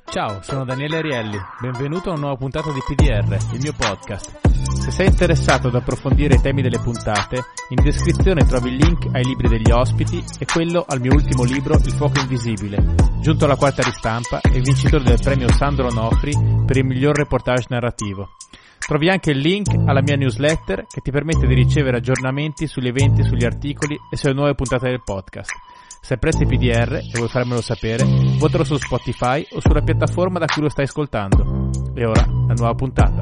Ciao, sono Daniele Arielli, benvenuto a una nuova puntata di PDR, il mio podcast. Se sei interessato ad approfondire i temi delle puntate, in descrizione trovi il link ai libri degli ospiti e quello al mio ultimo libro Il fuoco invisibile, giunto alla quarta ristampa e vincitore del premio Sandro Onofri per il miglior reportage narrativo. Trovi anche il link alla mia newsletter che ti permette di ricevere aggiornamenti sugli eventi, sugli articoli e sulle nuove puntate del podcast. Se apprezzi PDR e vuoi farmelo sapere, votalo su Spotify o sulla piattaforma da cui lo stai ascoltando. E ora, la nuova puntata.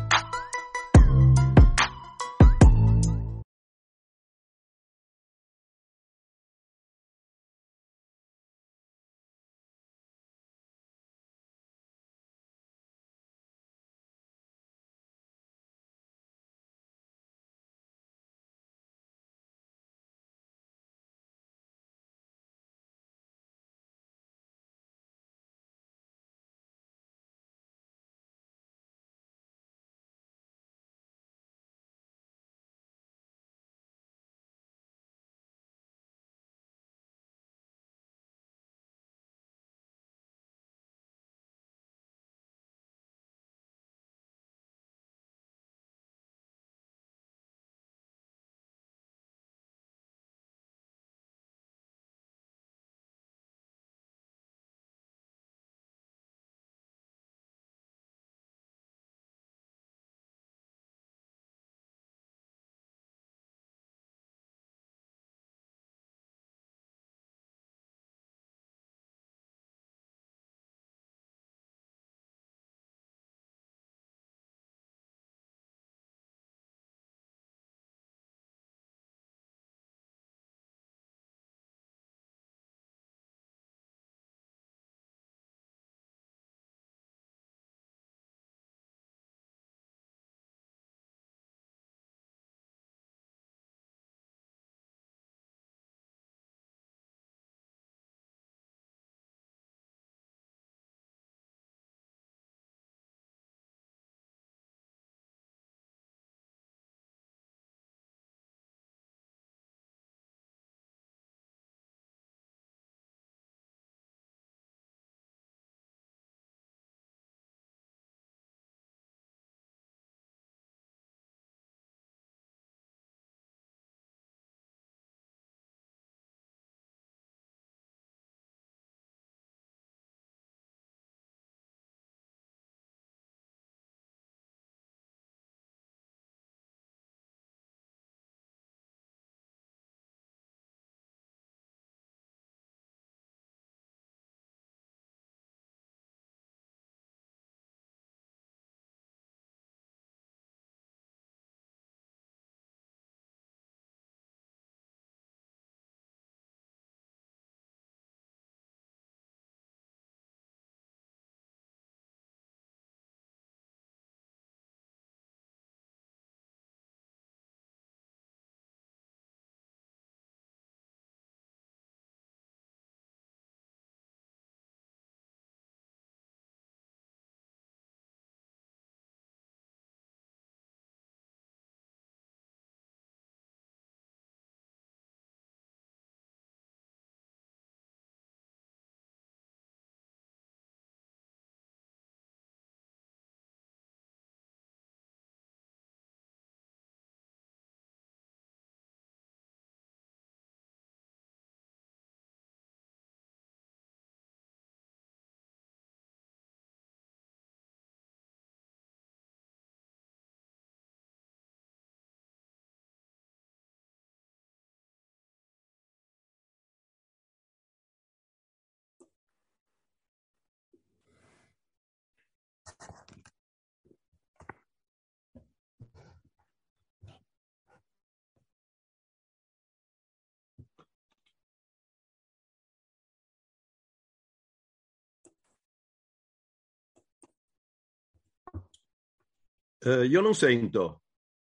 Io non sento.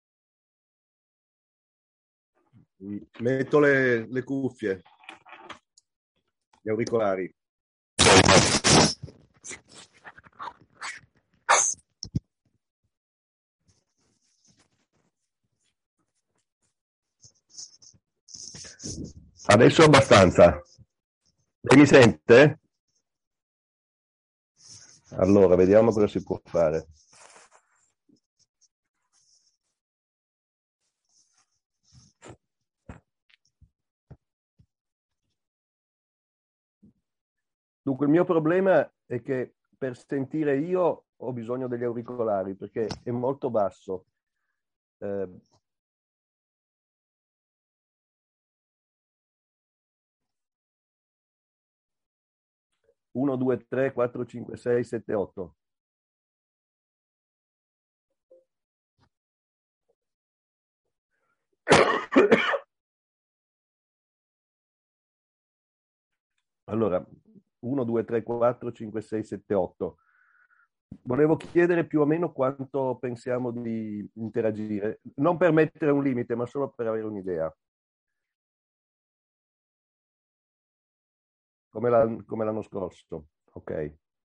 Metto le cuffie, gli auricolari. Adesso abbastanza. Lei mi sente? Allora, vediamo cosa si può fare. Dunque, il mio problema è che per sentire io ho bisogno degli auricolari perché è molto basso. Eh, 1, 2, 3, 4, 5, 6, 7, 8. Allora, 1, 2, 3, 4, 5, 6, 7, 8. Volevo chiedere più o meno quanto pensiamo di interagire, non per mettere un limite, ma solo per avere un'idea, come l'anno scorso. Ok.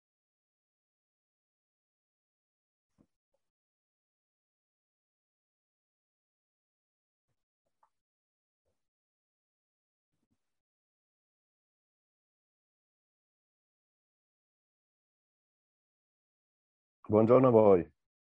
Buongiorno a voi.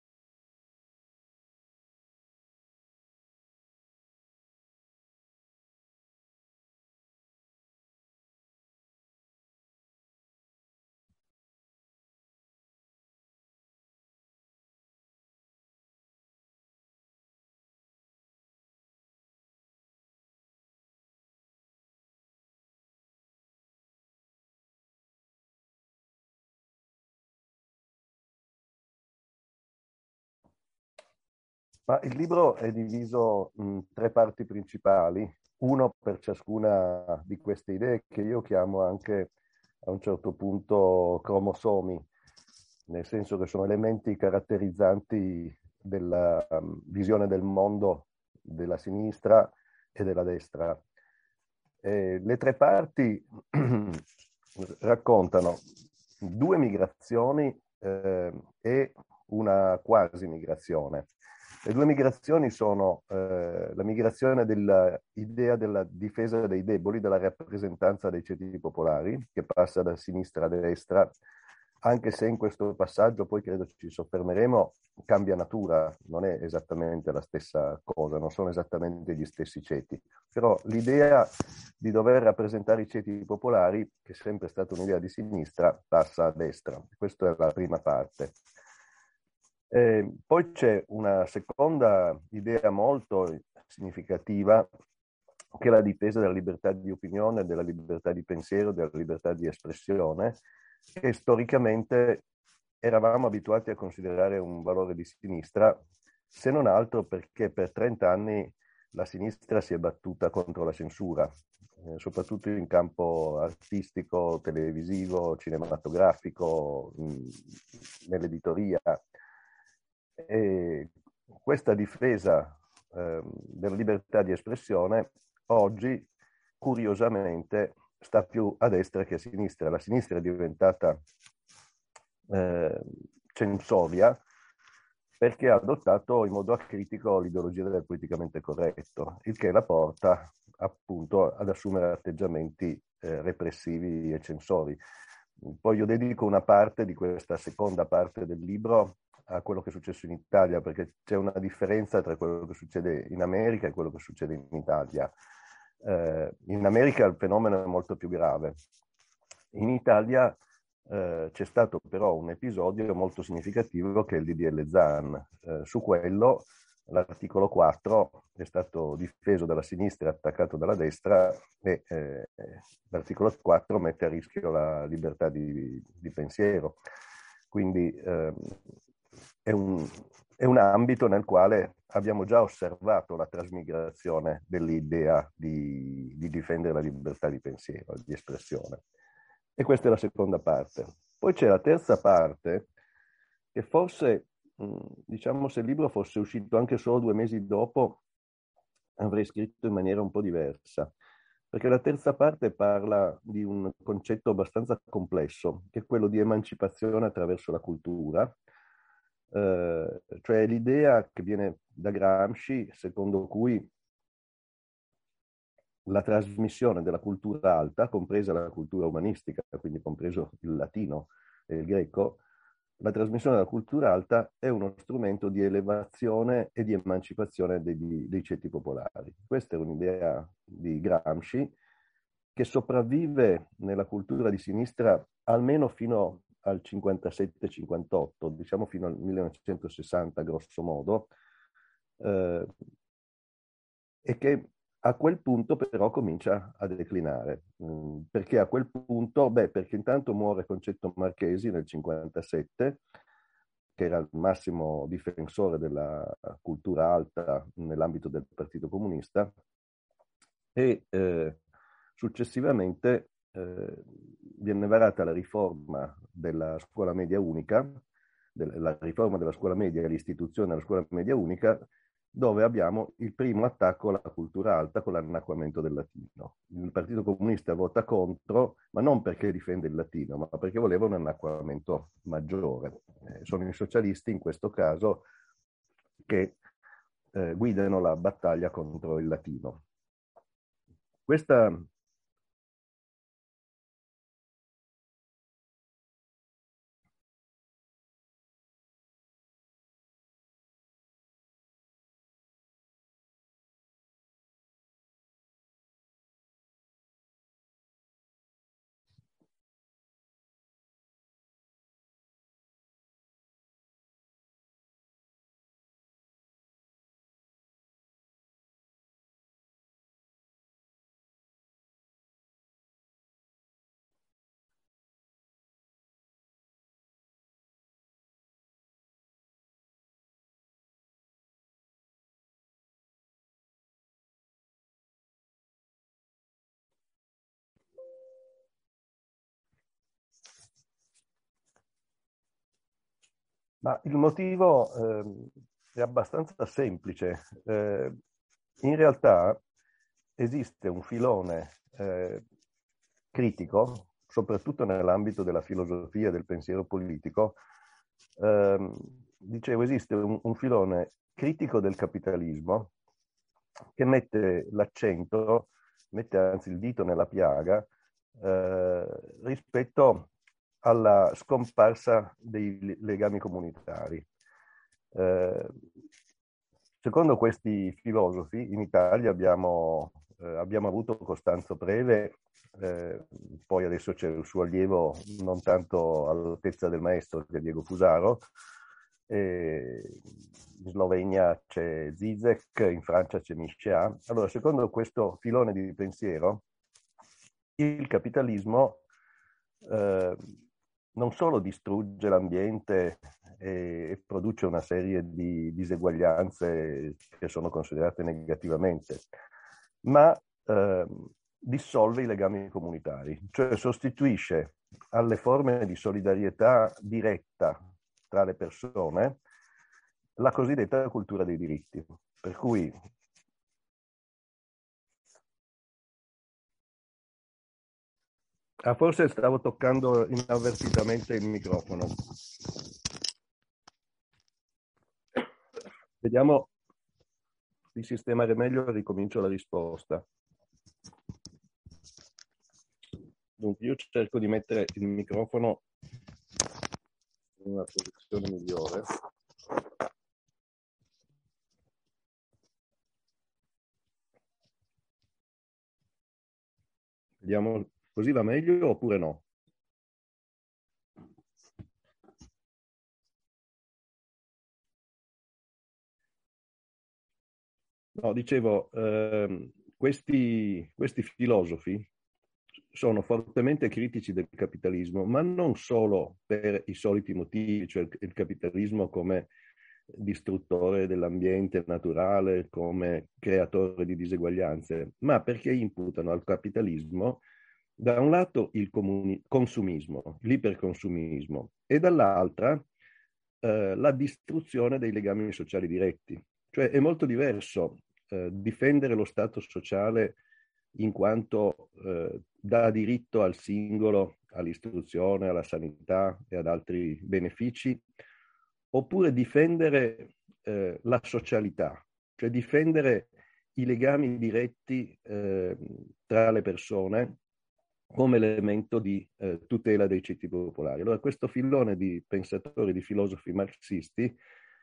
Ma il libro è diviso in tre parti principali, uno per ciascuna di queste idee che io chiamo anche a un certo punto cromosomi, nel senso che sono elementi caratterizzanti della visione del mondo della sinistra e della destra. Le tre parti raccontano due migrazioni e una quasi migrazione. Le due migrazioni sono la migrazione dell'idea della difesa dei deboli, della rappresentanza dei ceti popolari, che passa da sinistra a destra, anche se in questo passaggio, poi credo ci soffermeremo, cambia natura, non è esattamente la stessa cosa, non sono esattamente gli stessi ceti. Però l'idea di dover rappresentare i ceti popolari, che è sempre stata un'idea di sinistra, passa a destra. Questa è la prima parte. Poi c'è una seconda idea molto significativa, che è la difesa della libertà di opinione, della libertà di pensiero, della libertà di espressione, che storicamente eravamo abituati a considerare un valore di sinistra, se non altro perché per 30 anni la sinistra si è battuta contro la censura, soprattutto in campo artistico, televisivo, cinematografico, nell'editoria. E questa difesa della libertà di espressione oggi, curiosamente, sta più a destra che a sinistra. La sinistra è diventata censoria perché ha adottato in modo acritico l'ideologia del politicamente corretto, il che la porta appunto ad assumere atteggiamenti repressivi e censori. Poi io dedico una parte di questa seconda parte del libro a quello che è successo in Italia, perché c'è una differenza tra quello che succede in America e quello che succede in Italia. In America il fenomeno è molto più grave. In Italia c'è stato però un episodio molto significativo che è il DDL Zan. Su quello l'articolo 4 è stato difeso dalla sinistra e attaccato dalla destra e l'articolo 4 mette a rischio la libertà di pensiero. Quindi è un ambito nel quale abbiamo già osservato la trasmigrazione dell'idea di difendere la libertà di pensiero, di espressione. E questa è la seconda parte. Poi c'è la terza parte, che forse, diciamo, se il libro fosse uscito anche solo 2 mesi dopo, avrei scritto in maniera un po' diversa. Perché la terza parte parla di un concetto abbastanza complesso, che è quello di emancipazione attraverso la cultura, cioè l'idea che viene da Gramsci, secondo cui la trasmissione della cultura alta, compresa la cultura umanistica, quindi compreso il latino e il greco, la trasmissione della cultura alta è uno strumento di elevazione e di emancipazione dei ceti popolari. Questa è un'idea di Gramsci che sopravvive nella cultura di sinistra almeno fino al 57-58, diciamo fino al 1960 grosso modo, e che a quel punto però comincia a declinare. Perché a quel punto? Beh, perché intanto muore Concetto Marchesi nel 57, che era il massimo difensore della cultura alta nell'ambito del Partito Comunista, e successivamente viene varata la riforma della scuola media unica, la riforma della scuola media e l'istituzione della scuola media unica, dove abbiamo il primo attacco alla cultura alta con l'annacquamento del latino. Il Partito Comunista vota contro, ma non perché difende il latino, ma perché voleva un annacquamento maggiore. Sono i socialisti in questo caso che guidano la battaglia contro il latino. Questa Ma il motivo è abbastanza semplice. In realtà esiste un filone critico, soprattutto nell'ambito della filosofia e del pensiero politico. Dicevo, esiste un filone critico del capitalismo che mette l'accento, mette anzi il dito nella piaga rispetto alla scomparsa dei legami comunitari. Secondo questi filosofi, in Italia abbiamo avuto Costanzo Preve, poi adesso c'è il suo allievo non tanto all'altezza del maestro, che è Diego Fusaro, in Slovenia c'è Zizek, in Francia c'è Michéa. Allora, secondo questo filone di pensiero, il capitalismo non solo distrugge l'ambiente e produce una serie di diseguaglianze che sono considerate negativamente, ma dissolve i legami comunitari, cioè sostituisce alle forme di solidarietà diretta tra le persone la cosiddetta cultura dei diritti. Per cui forse stavo toccando inavvertitamente il microfono. Vediamo di sistemare meglio e ricomincio la risposta. Dunque, io cerco di mettere il microfono in una posizione migliore. Vediamo, così va meglio oppure no? No, dicevo, questi filosofi sono fortemente critici del capitalismo, ma non solo per i soliti motivi, cioè il capitalismo come distruttore dell'ambiente naturale, come creatore di diseguaglianze, ma perché imputano al capitalismo da un lato il consumismo, l'iperconsumismo, e dall'altra la distruzione dei legami sociali diretti. Cioè è molto diverso difendere lo Stato sociale in quanto dà diritto al singolo all'istruzione, alla sanità e ad altri benefici, oppure difendere la socialità, cioè difendere i legami diretti tra le persone come elemento di tutela dei ceti popolari. Allora, questo filone di pensatori, di filosofi marxisti,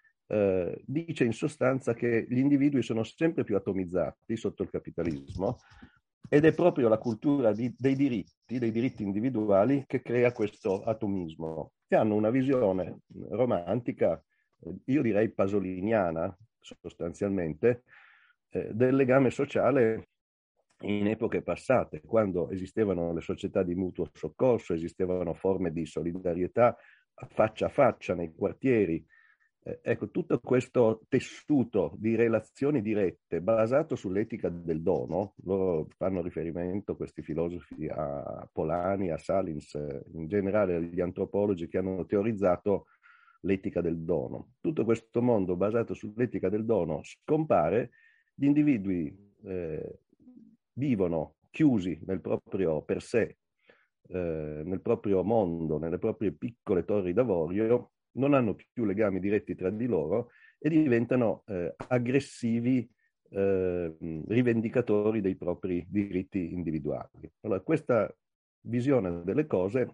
dice in sostanza che gli individui sono sempre più atomizzati sotto il capitalismo ed è proprio la cultura dei diritti individuali, che crea questo atomismo, che hanno una visione romantica, io direi pasoliniana sostanzialmente, del legame sociale in epoche passate, quando esistevano le società di mutuo soccorso, esistevano forme di solidarietà a faccia nei quartieri. Ecco, tutto questo tessuto di relazioni dirette basato sull'etica del dono, loro fanno riferimento, questi filosofi, a Polanyi, a Salins, in generale agli antropologi che hanno teorizzato l'etica del dono. Tutto questo mondo basato sull'etica del dono scompare, gli individui vivono chiusi nel proprio per sé, nel proprio mondo, nelle proprie piccole torri d'avorio, non hanno più legami diretti tra di loro e diventano aggressivi rivendicatori dei propri diritti individuali. Allora, questa visione delle cose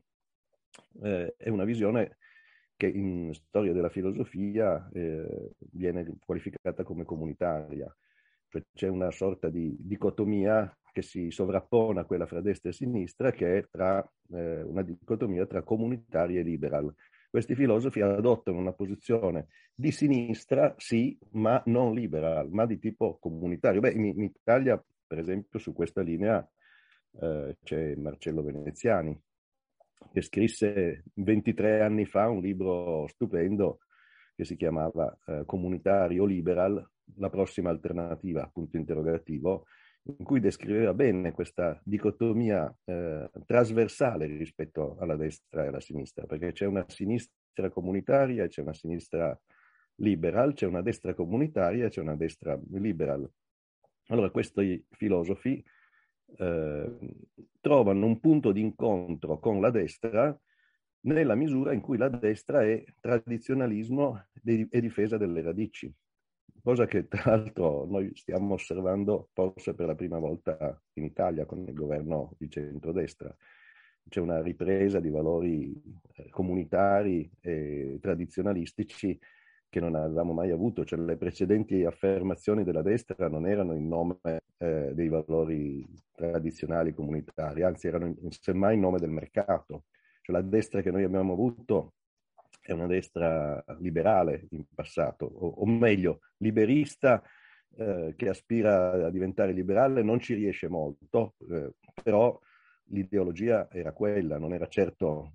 è una visione che in storia della filosofia viene qualificata come comunitaria, cioè c'è una sorta di dicotomia che si sovrappone a quella fra destra e sinistra, che è una dicotomia tra comunitari e liberal. Questi filosofi adottano una posizione di sinistra, sì, ma non liberal, ma di tipo comunitario. Beh, in Italia, per esempio, su questa linea c'è Marcello Veneziani, che scrisse 23 anni fa un libro stupendo che si chiamava Comunitario Liberal, la prossima alternativa, punto interrogativo, in cui descriveva bene questa dicotomia trasversale rispetto alla destra e alla sinistra, perché c'è una sinistra comunitaria e c'è una sinistra liberal, c'è una destra comunitaria e c'è una destra liberal. Allora questi filosofi eh, trovano un punto di incontro con la destra nella misura in cui la destra è tradizionalismo e difesa delle radici, cosa che tra l'altro noi stiamo osservando forse per la prima volta in Italia con il governo di centrodestra. C'è una ripresa di valori comunitari e tradizionalistici che non avevamo mai avuto, cioè le precedenti affermazioni della destra non erano in nome dei valori tradizionali comunitari, anzi erano semmai in nome del mercato. Cioè la destra che noi abbiamo avuto è una destra liberale in passato, o meglio, liberista che aspira a diventare liberale, non ci riesce molto, però l'ideologia era quella, non era certo.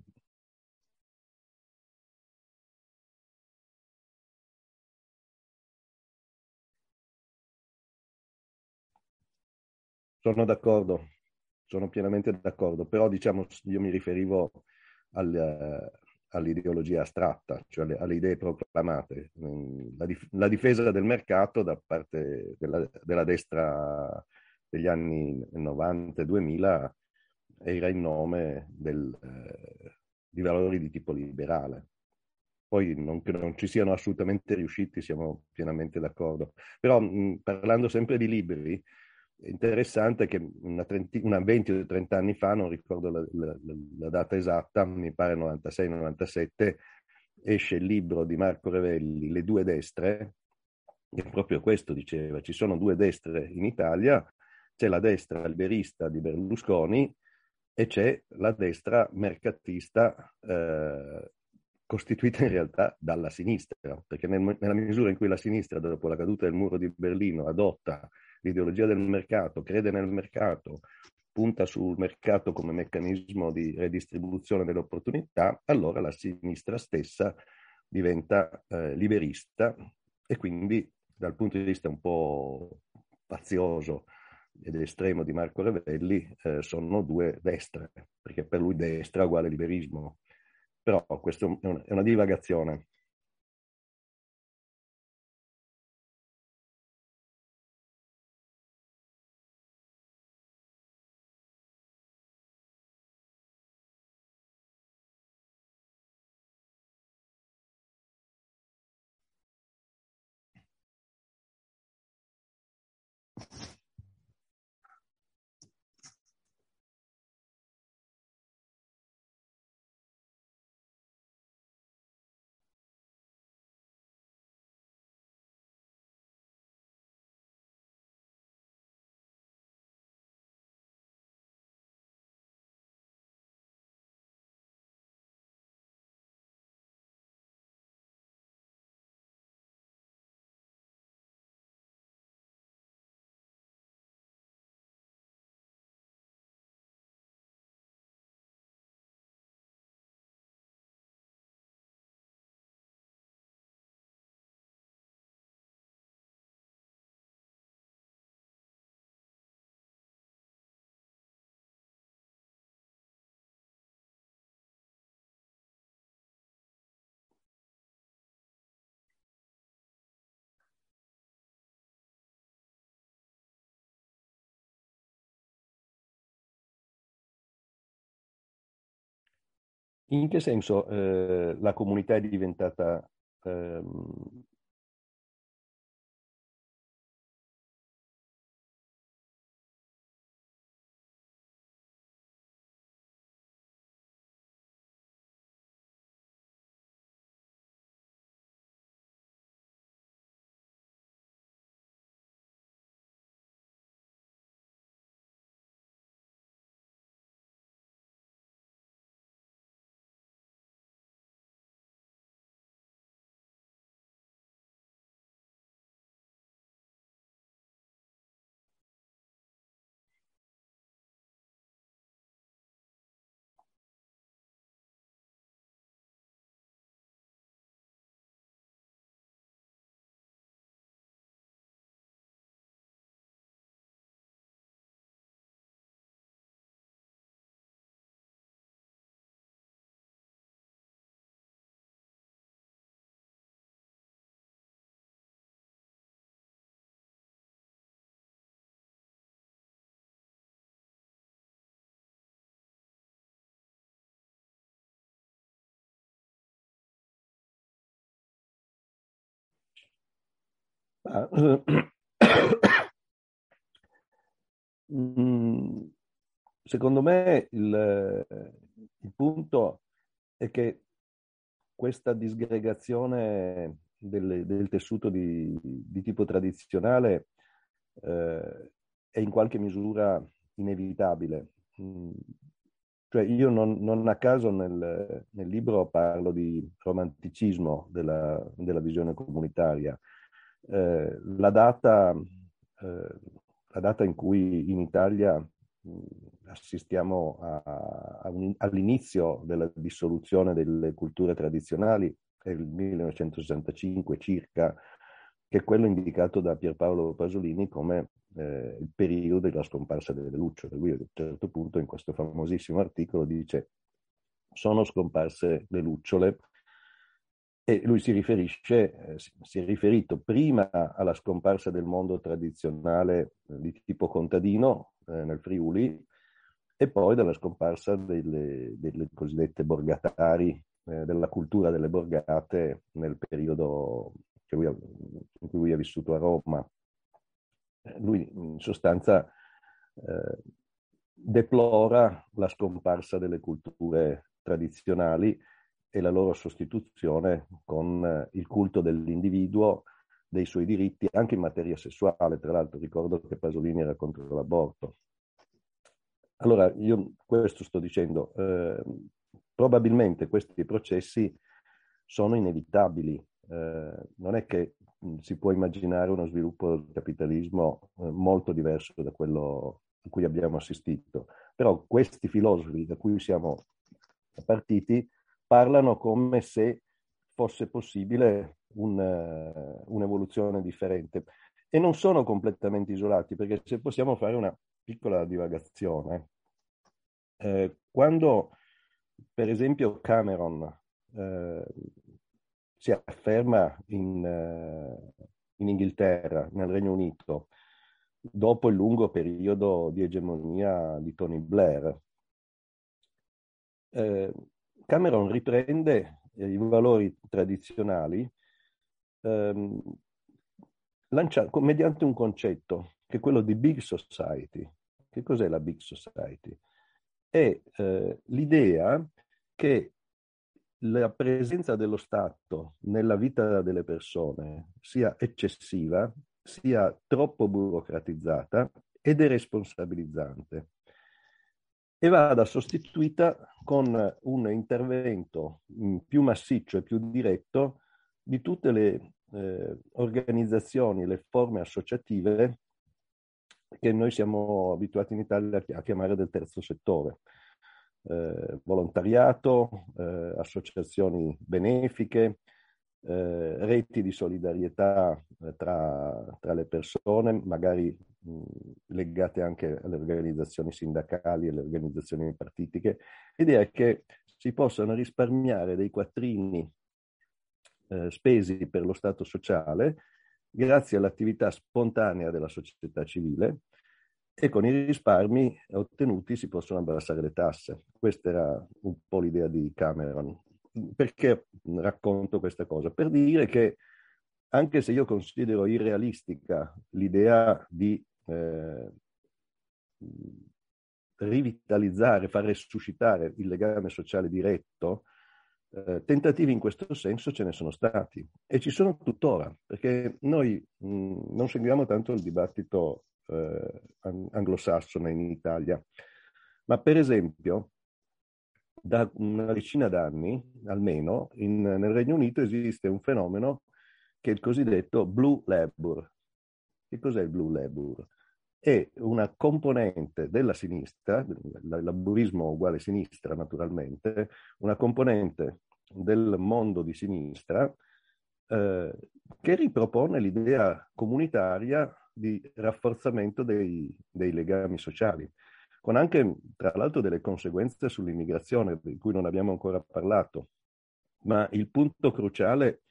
Sono d'accordo, sono pienamente d'accordo, però diciamo io mi riferivo all'ideologia astratta, cioè alle idee proclamate. La difesa del mercato da parte della destra degli anni 90 e 2000 era in nome di valori di tipo liberale. Poi non che non ci siano assolutamente riusciti, siamo pienamente d'accordo. Però parlando sempre di libri, è interessante che una 20 o 30 anni fa, non ricordo la data esatta, mi pare 96-97, esce il libro di Marco Revelli, Le due destre, che proprio questo diceva: ci sono due destre in Italia, c'è la destra liberista di Berlusconi e c'è la destra mercatista costituita in realtà dalla sinistra, perché nella misura in cui la sinistra, dopo la caduta del muro di Berlino, adotta l'ideologia del mercato, crede nel mercato, punta sul mercato come meccanismo di redistribuzione delle opportunità, allora la sinistra stessa diventa liberista e quindi dal punto di vista un po' fazioso ed estremo di Marco Revelli sono due destre, perché per lui destra uguale liberismo. Però questa è una divagazione. In che senso la comunità è diventata ehm, ah, mm, secondo me il punto è che questa disgregazione del tessuto di tipo tradizionale è in qualche misura inevitabile. Mm, Cioè io non a caso nel libro parlo di romanticismo della visione comunitaria. La data, la data in cui in Italia assistiamo all'inizio della dissoluzione delle culture tradizionali è il 1965 circa, che è quello indicato da Pierpaolo Pasolini come il periodo della scomparsa delle lucciole. Lui a un certo punto in questo famosissimo articolo dice sono scomparse le lucciole e lui si è riferito prima alla scomparsa del mondo tradizionale di tipo contadino nel Friuli e poi dalla scomparsa delle cosiddette borgatari, della cultura delle borgate nel periodo in cui lui ha vissuto a Roma. Lui in sostanza deplora la scomparsa delle culture tradizionali e la loro sostituzione con il culto dell'individuo, dei suoi diritti, anche in materia sessuale. Tra l'altro ricordo che Pasolini era contro l'aborto. Allora, io questo sto dicendo, probabilmente questi processi sono inevitabili. Non è che si può immaginare uno sviluppo del capitalismo molto diverso da quello a cui abbiamo assistito. Però questi filosofi da cui siamo partiti parlano come se fosse possibile un'evoluzione differente. E non sono completamente isolati, perché se possiamo fare una piccola divagazione, quando per esempio Cameron eh, si afferma in Inghilterra, nel Regno Unito, dopo il lungo periodo di egemonia di Tony Blair, eh, Cameron riprende i valori tradizionali ehm, mediante un concetto che è quello di Big Society. Che cos'è la Big Society? È l'idea che la presenza dello Stato nella vita delle persone sia eccessiva, sia troppo burocratizzata ed è responsabilizzante e vada sostituita con un intervento più massiccio e più diretto di tutte le organizzazioni, le forme associative che noi siamo abituati in Italia a chiamare del terzo settore. Volontariato, associazioni benefiche, reti di solidarietà tra le persone, magari legate anche alle organizzazioni sindacali e alle organizzazioni partitiche. L'idea è che si possano risparmiare dei quattrini spesi per lo Stato sociale grazie all'attività spontanea della società civile e con i risparmi ottenuti si possono abbassare le tasse. Questa era un po' l'idea di Cameron. Perché racconto questa cosa? Per dire che anche se io considero irrealistica l'idea di rivitalizzare, far resuscitare il legame sociale diretto, tentativi in questo senso ce ne sono stati e ci sono tuttora, perché noi non seguiamo tanto il dibattito anglosassone in Italia, ma per esempio da una decina d'anni almeno nel Regno Unito esiste un fenomeno che è il cosiddetto Blue Labour. Che cos'è il Blue Labour? È una componente della sinistra, il laburismo uguale sinistra naturalmente, una componente del mondo di sinistra che ripropone l'idea comunitaria di rafforzamento dei legami sociali, con anche tra l'altro delle conseguenze sull'immigrazione di cui non abbiamo ancora parlato. Ma il punto cruciale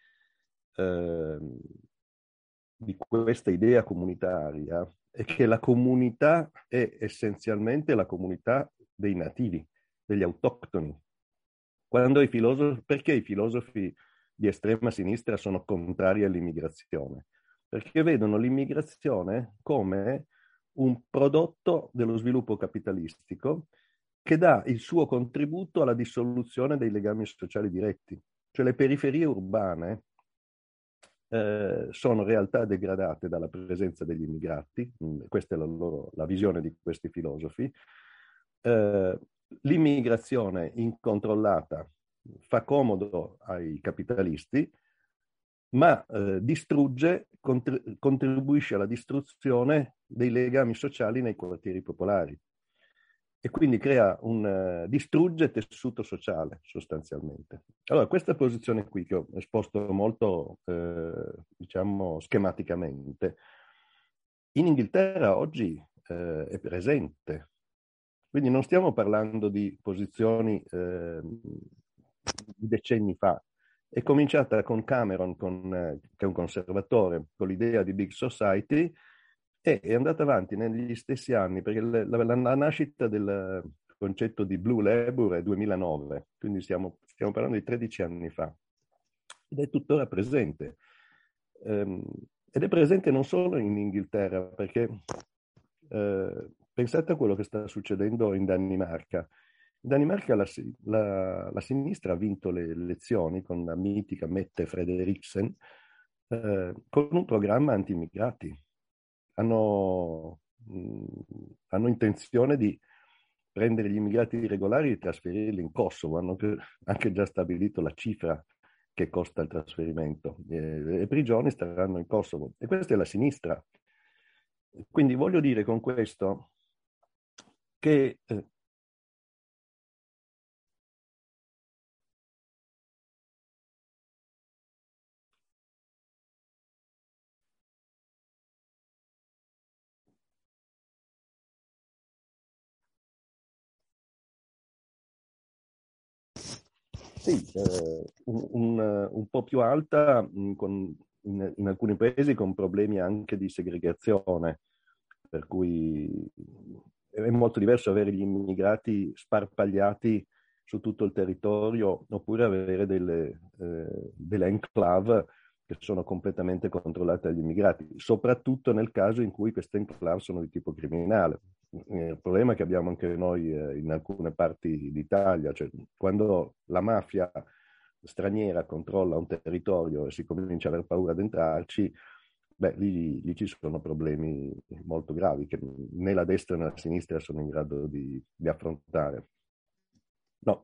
di questa idea comunitaria è che la comunità è essenzialmente la comunità dei nativi, degli autoctoni. Perché i filosofi di estrema sinistra sono contrari all'immigrazione? Perché vedono l'immigrazione come un prodotto dello sviluppo capitalistico che dà il suo contributo alla dissoluzione dei legami sociali diretti. Cioè le periferie urbane sono realtà degradate dalla presenza degli immigrati, questa è la visione di questi filosofi. L'immigrazione incontrollata fa comodo ai capitalisti, ma contribuisce alla distruzione dei legami sociali nei quartieri popolari e quindi distrugge tessuto sociale sostanzialmente. Allora, questa posizione qui che ho esposto molto, diciamo, schematicamente, in Inghilterra oggi è presente. Quindi non stiamo parlando di posizioni di decenni fa. È cominciata con Cameron, che è un conservatore, con l'idea di Big Society, e è andata avanti negli stessi anni, perché la nascita del concetto di Blue Labour è 2009, quindi stiamo parlando di 13 anni fa, ed è tuttora presente. Ed è presente non solo in Inghilterra, perché pensate a quello che sta succedendo in Danimarca. In Danimarca la sinistra ha vinto le elezioni con la mitica Mette Frederiksen, con un programma anti-immigrati. Hanno intenzione di prendere gli immigrati regolari e trasferirli in Kosovo. Hanno anche già stabilito la cifra che costa il trasferimento. Le prigioni staranno in Kosovo. E questa è la sinistra. Quindi voglio dire con questo che sì, un po' più alta in alcuni paesi con problemi anche di segregazione, per cui è molto diverso avere gli immigrati sparpagliati su tutto il territorio oppure avere delle enclave che sono completamente controllate dagli immigrati, soprattutto nel caso in cui queste enclave sono di tipo criminale. Il problema che abbiamo anche noi in alcune parti d'Italia, cioè quando la mafia straniera controlla un territorio e si comincia a aver paura di entrarci, beh, lì ci sono problemi molto gravi che né la destra né la sinistra sono in grado di affrontare. No,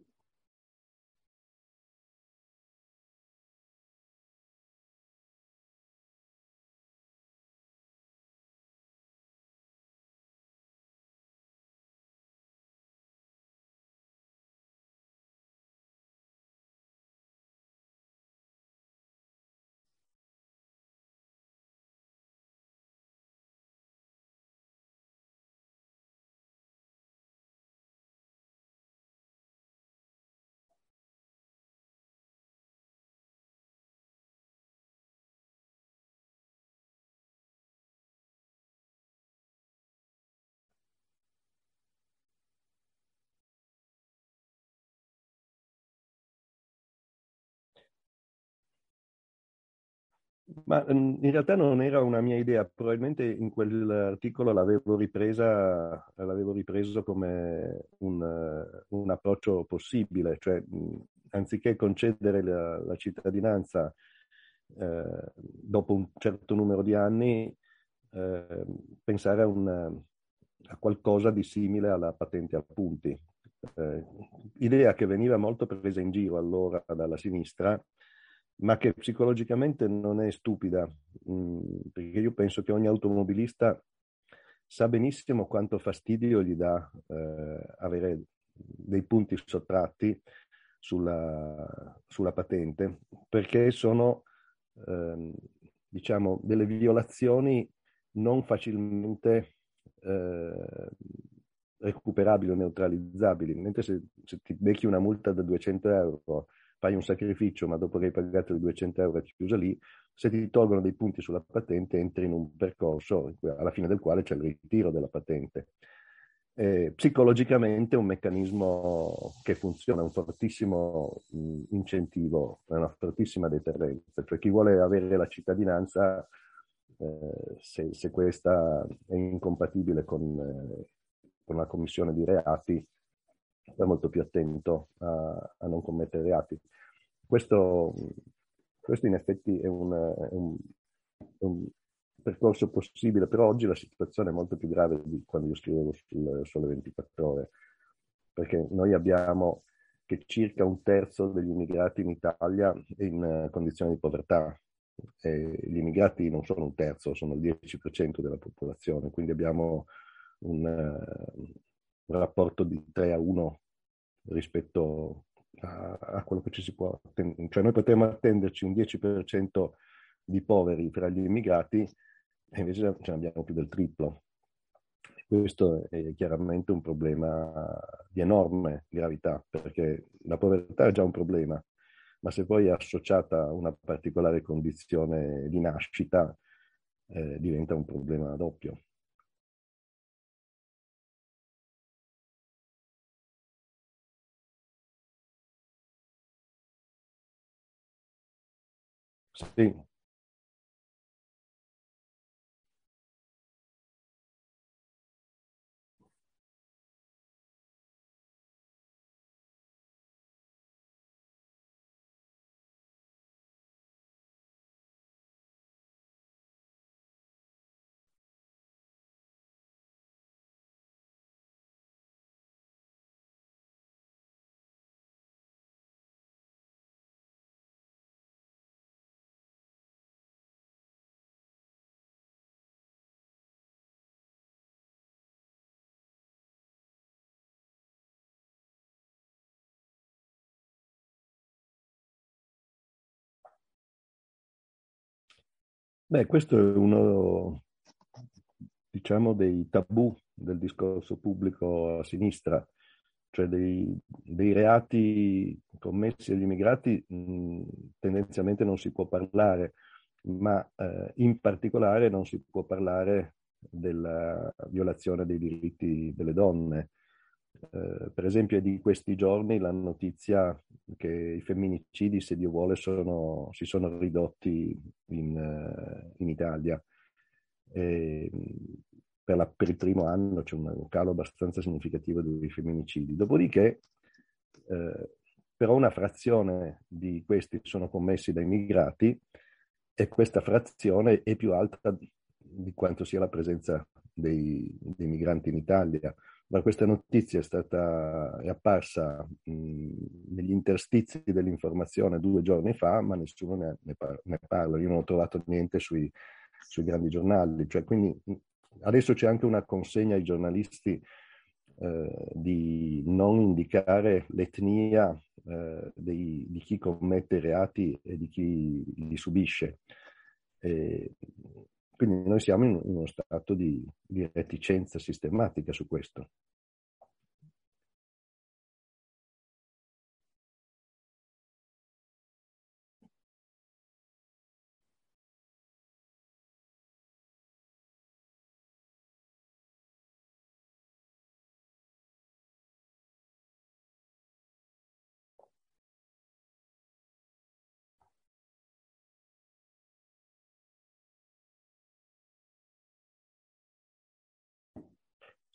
Ma in realtà non era una mia idea, probabilmente in quell'articolo l'avevo ripreso come un approccio possibile, cioè anziché concedere la cittadinanza dopo un certo numero di anni, eh, pensare a qualcosa di simile alla patente a punti. Eh, Idea che veniva molto presa in giro allora dalla sinistra, ma che psicologicamente non è stupida, perché io penso che ogni automobilista sa benissimo quanto fastidio gli dà avere dei punti sottratti sulla patente, perché sono, ehm, diciamo, delle violazioni non facilmente eh, recuperabili o neutralizzabili, mentre se ti becchi una multa da 200 euro, fai un sacrificio, ma dopo che hai pagato i 200 euro è chiusa lì, se ti tolgono dei punti sulla patente entri in un percorso alla fine del quale c'è il ritiro della patente. Psicologicamente è un meccanismo che funziona, un fortissimo incentivo, una fortissima deterrenza, cioè chi vuole avere la cittadinanza, se questa è incompatibile con la commissione di reati, è molto più attento a non commettere reati. Questo, questo in effetti è un percorso possibile, però oggi la situazione è molto più grave di quando io scrivevo sul Sole 24 Ore, perché noi abbiamo che circa un terzo degli immigrati in Italia è in condizioni di povertà. E gli immigrati non sono un terzo, sono il 10% della popolazione, quindi abbiamo un rapporto di 3 a 1 rispetto a quello che ci si può attendere. Cioè noi potremmo attenderci un 10% di poveri fra gli immigrati e invece ce ne abbiamo più del triplo. Questo è chiaramente un problema di enorme gravità, perché la povertà è già un problema, ma se poi è associata a una particolare condizione di nascita, diventa un problema doppio. Sì, beh, questo è uno, diciamo, dei tabù del discorso pubblico a sinistra, cioè dei reati commessi agli immigrati tendenzialmente non si può parlare, ma in particolare non si può parlare della violazione dei diritti delle donne. Per esempio, è di questi giorni la notizia che i femminicidi, se Dio vuole, si sono ridotti in Italia. E, per il primo anno c'è un calo abbastanza significativo dei femminicidi. Dopodiché, eh, però una frazione di questi sono commessi da immigrati e questa frazione è più alta di quanto sia la presenza dei migranti in Italia. Ma questa notizia è apparsa negli interstizi dell'informazione 2 giorni fa, ma nessuno ne parla. Io non ho trovato niente sui grandi giornali. Cioè, quindi adesso c'è anche una consegna ai giornalisti di non indicare l'etnia di chi commette i reati e di chi li subisce. E quindi noi siamo in uno stato di reticenza sistematica su questo.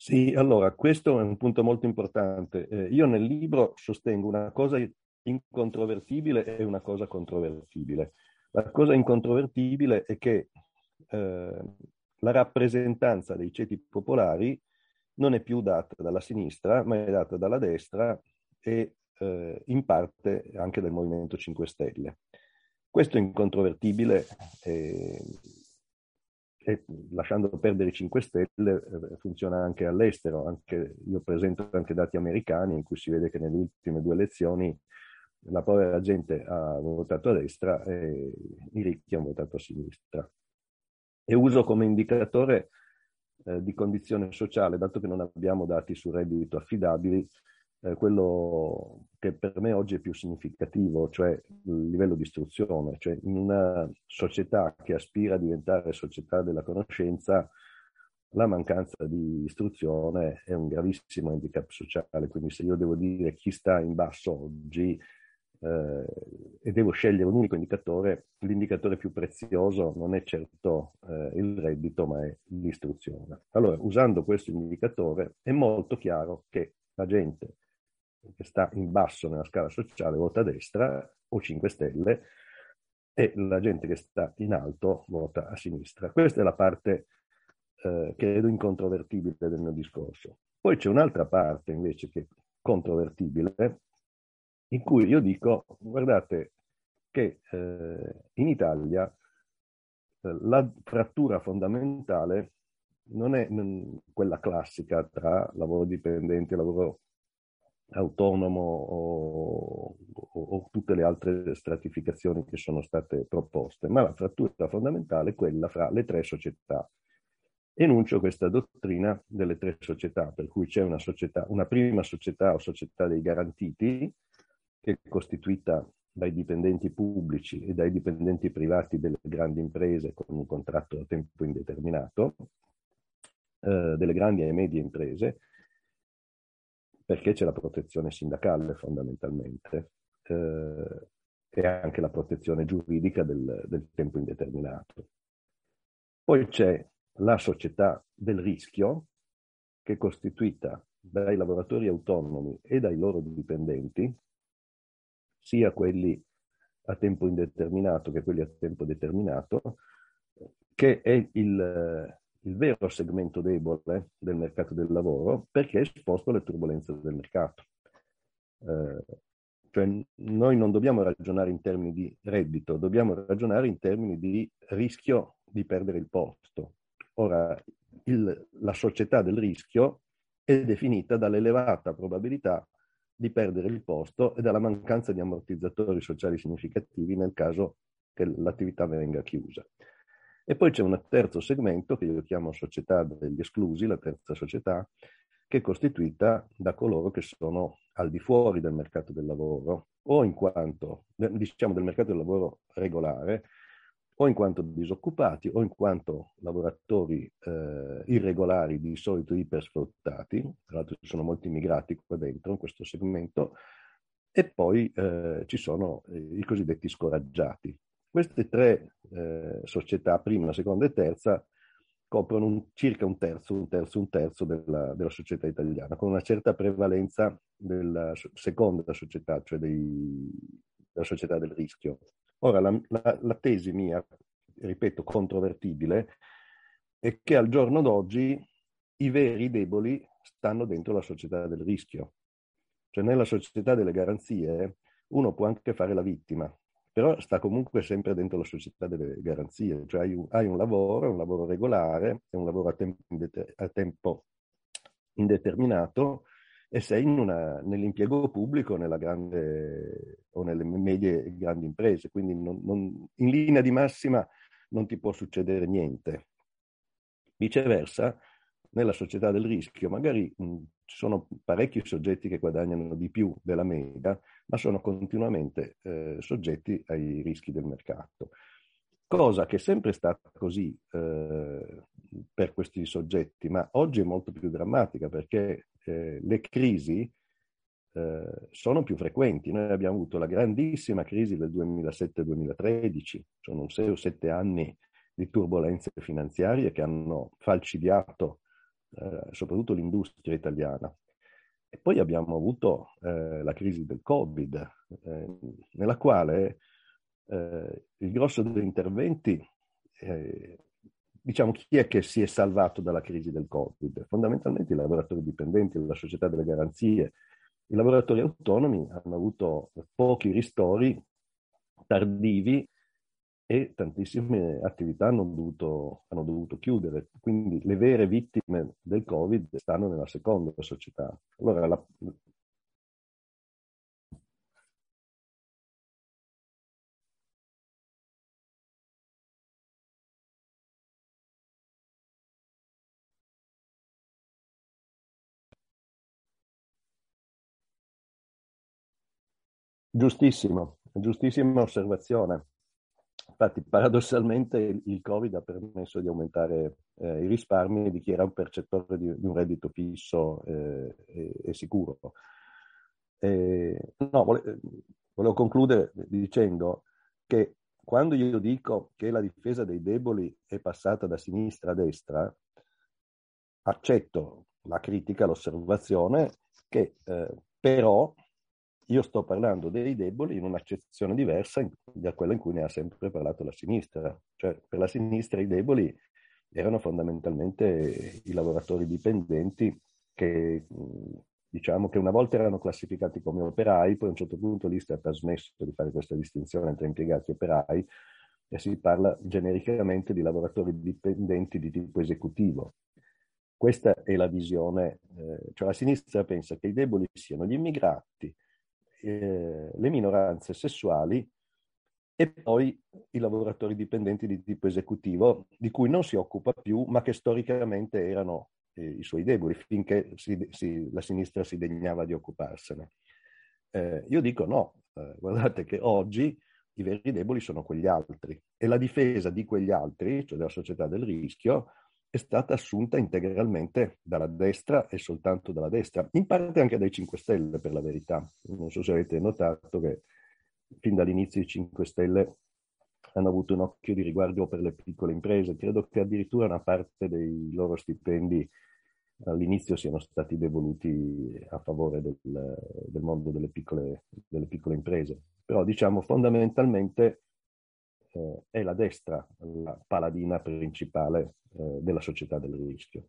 Sì, allora, questo è un punto molto importante. Io nel libro sostengo una cosa incontrovertibile e una cosa controvertibile. La cosa incontrovertibile è che la rappresentanza dei ceti popolari non è più data dalla sinistra, ma è data dalla destra e in parte anche del Movimento 5 Stelle. Questo è incontrovertibile. E lasciando perdere i 5 Stelle, funziona anche all'estero. Io presento anche dati americani in cui si vede che nelle ultime 2 elezioni la povera gente ha votato a destra e i ricchi hanno votato a sinistra. E uso come indicatore di condizione sociale, dato che non abbiamo dati su reddito affidabili, quello che per me oggi è più significativo, cioè il livello di istruzione. Cioè in una società che aspira a diventare società della conoscenza, la mancanza di istruzione è un gravissimo handicap sociale. Quindi se io devo dire chi sta in basso oggi e devo scegliere un unico indicatore, l'indicatore più prezioso non è certo il reddito, ma è l'istruzione. Allora, usando questo indicatore, è molto chiaro che la gente che sta in basso nella scala sociale vota a destra o 5 Stelle e la gente che sta in alto vota a sinistra. Questa è la parte credo incontrovertibile del mio discorso. Poi c'è un'altra parte invece che è controvertibile, in cui io dico, guardate che in Italia la frattura fondamentale non è quella classica tra lavoro dipendente e lavoro autonomo o tutte le altre stratificazioni che sono state proposte, ma la frattura fondamentale è quella fra le 3 società. Enuncio questa dottrina delle 3 società, per cui c'è una prima società o società dei garantiti, che è costituita dai dipendenti pubblici e dai dipendenti privati delle grandi imprese con un contratto a tempo indeterminato, delle grandi e medie imprese, perché c'è la protezione sindacale fondamentalmente e anche la protezione giuridica del tempo indeterminato. Poi c'è la società del rischio, che è costituita dai lavoratori autonomi e dai loro dipendenti, sia quelli a tempo indeterminato che quelli a tempo determinato, che è il vero segmento debole del mercato del lavoro, perché è esposto alle turbolenze del mercato. Cioè noi non dobbiamo ragionare in termini di reddito, dobbiamo ragionare in termini di rischio di perdere il posto. Ora, la società del rischio è definita dall'elevata probabilità di perdere il posto e dalla mancanza di ammortizzatori sociali significativi nel caso che l'attività venga chiusa. E poi c'è un terzo segmento che io chiamo società degli esclusi, la terza società, che è costituita da coloro che sono al di fuori del mercato del lavoro, o in quanto, diciamo, del mercato del lavoro regolare, o in quanto disoccupati, o in quanto lavoratori irregolari, di solito ipersfruttati. Tra l'altro ci sono molti immigrati qua dentro in questo segmento, e poi ci sono i cosiddetti scoraggiati. Queste 3 società, prima, seconda e terza, coprono circa un terzo della società italiana, con una certa prevalenza della seconda società, cioè della società del rischio. Ora, la tesi mia, ripeto, controvertibile, è che al giorno d'oggi i veri deboli stanno dentro la società del rischio. Cioè nella società delle garanzie uno può anche fare la vittima, però sta comunque sempre dentro la società delle garanzie. Cioè hai un lavoro regolare, è un lavoro a tempo indeterminato, e sei nell'impiego pubblico, nella grande o nelle medie e grandi imprese, quindi in linea di massima non ti può succedere niente. Viceversa, nella società del rischio magari ci sono parecchi soggetti che guadagnano di più della media, ma sono continuamente soggetti ai rischi del mercato. Cosa che è sempre stata così per questi soggetti, ma oggi è molto più drammatica, perché le crisi sono più frequenti. Noi abbiamo avuto la grandissima crisi del 2007-2013, sono 6 o 7 anni di turbolenze finanziarie che hanno falcidiato soprattutto l'industria italiana. E poi abbiamo avuto la crisi del Covid, nella quale il grosso degli interventi, diciamo, chi è che si è salvato dalla crisi del Covid? Fondamentalmente i lavoratori dipendenti, la società delle garanzie. I lavoratori autonomi hanno avuto pochi ristori tardivi e tantissime attività hanno dovuto chiudere. Quindi le vere vittime del Covid stanno nella seconda società. Allora, giustissima osservazione. Infatti, paradossalmente, il Covid ha permesso di aumentare i risparmi di chi era un percettore di un reddito fisso e sicuro. No, volevo concludere dicendo che quando io dico che la difesa dei deboli è passata da sinistra a destra, accetto la critica, l'osservazione che però io sto parlando dei deboli in un'accezione diversa da quella in cui ne ha sempre parlato la sinistra. Cioè, per la sinistra i deboli erano fondamentalmente i lavoratori dipendenti che, diciamo, che una volta erano classificati come operai, poi a un certo punto l'Istat ha smesso di fare questa distinzione tra impiegati e operai e si parla genericamente di lavoratori dipendenti di tipo esecutivo. Questa è la visione, cioè la sinistra pensa che i deboli siano gli immigrati, le minoranze sessuali e poi i lavoratori dipendenti di tipo esecutivo, di cui non si occupa più, ma che storicamente erano i suoi deboli, finché la sinistra si degnava di occuparsene. Io dico no, guardate che oggi i veri deboli sono quegli altri e la difesa di quegli altri, cioè della società del rischio, è stata assunta integralmente dalla destra e soltanto dalla destra, in parte anche dai 5 Stelle per la verità. Non so se avete notato che fin dall'inizio i 5 Stelle hanno avuto un occhio di riguardo per le piccole imprese. Credo che addirittura una parte dei loro stipendi all'inizio siano stati devoluti a favore del mondo delle piccole imprese. Però diciamo fondamentalmente è la destra la paladina principale della società del rischio.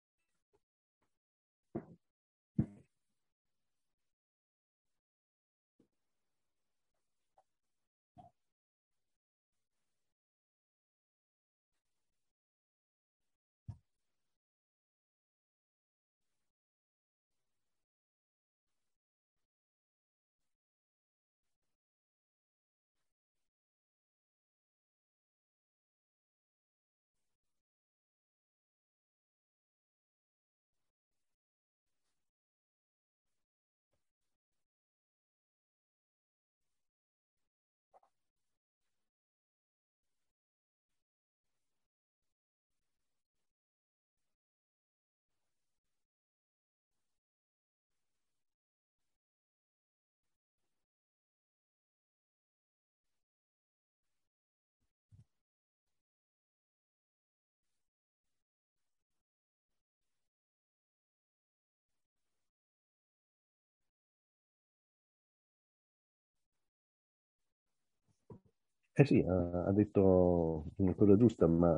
Eh sì, ha detto una cosa giusta, ma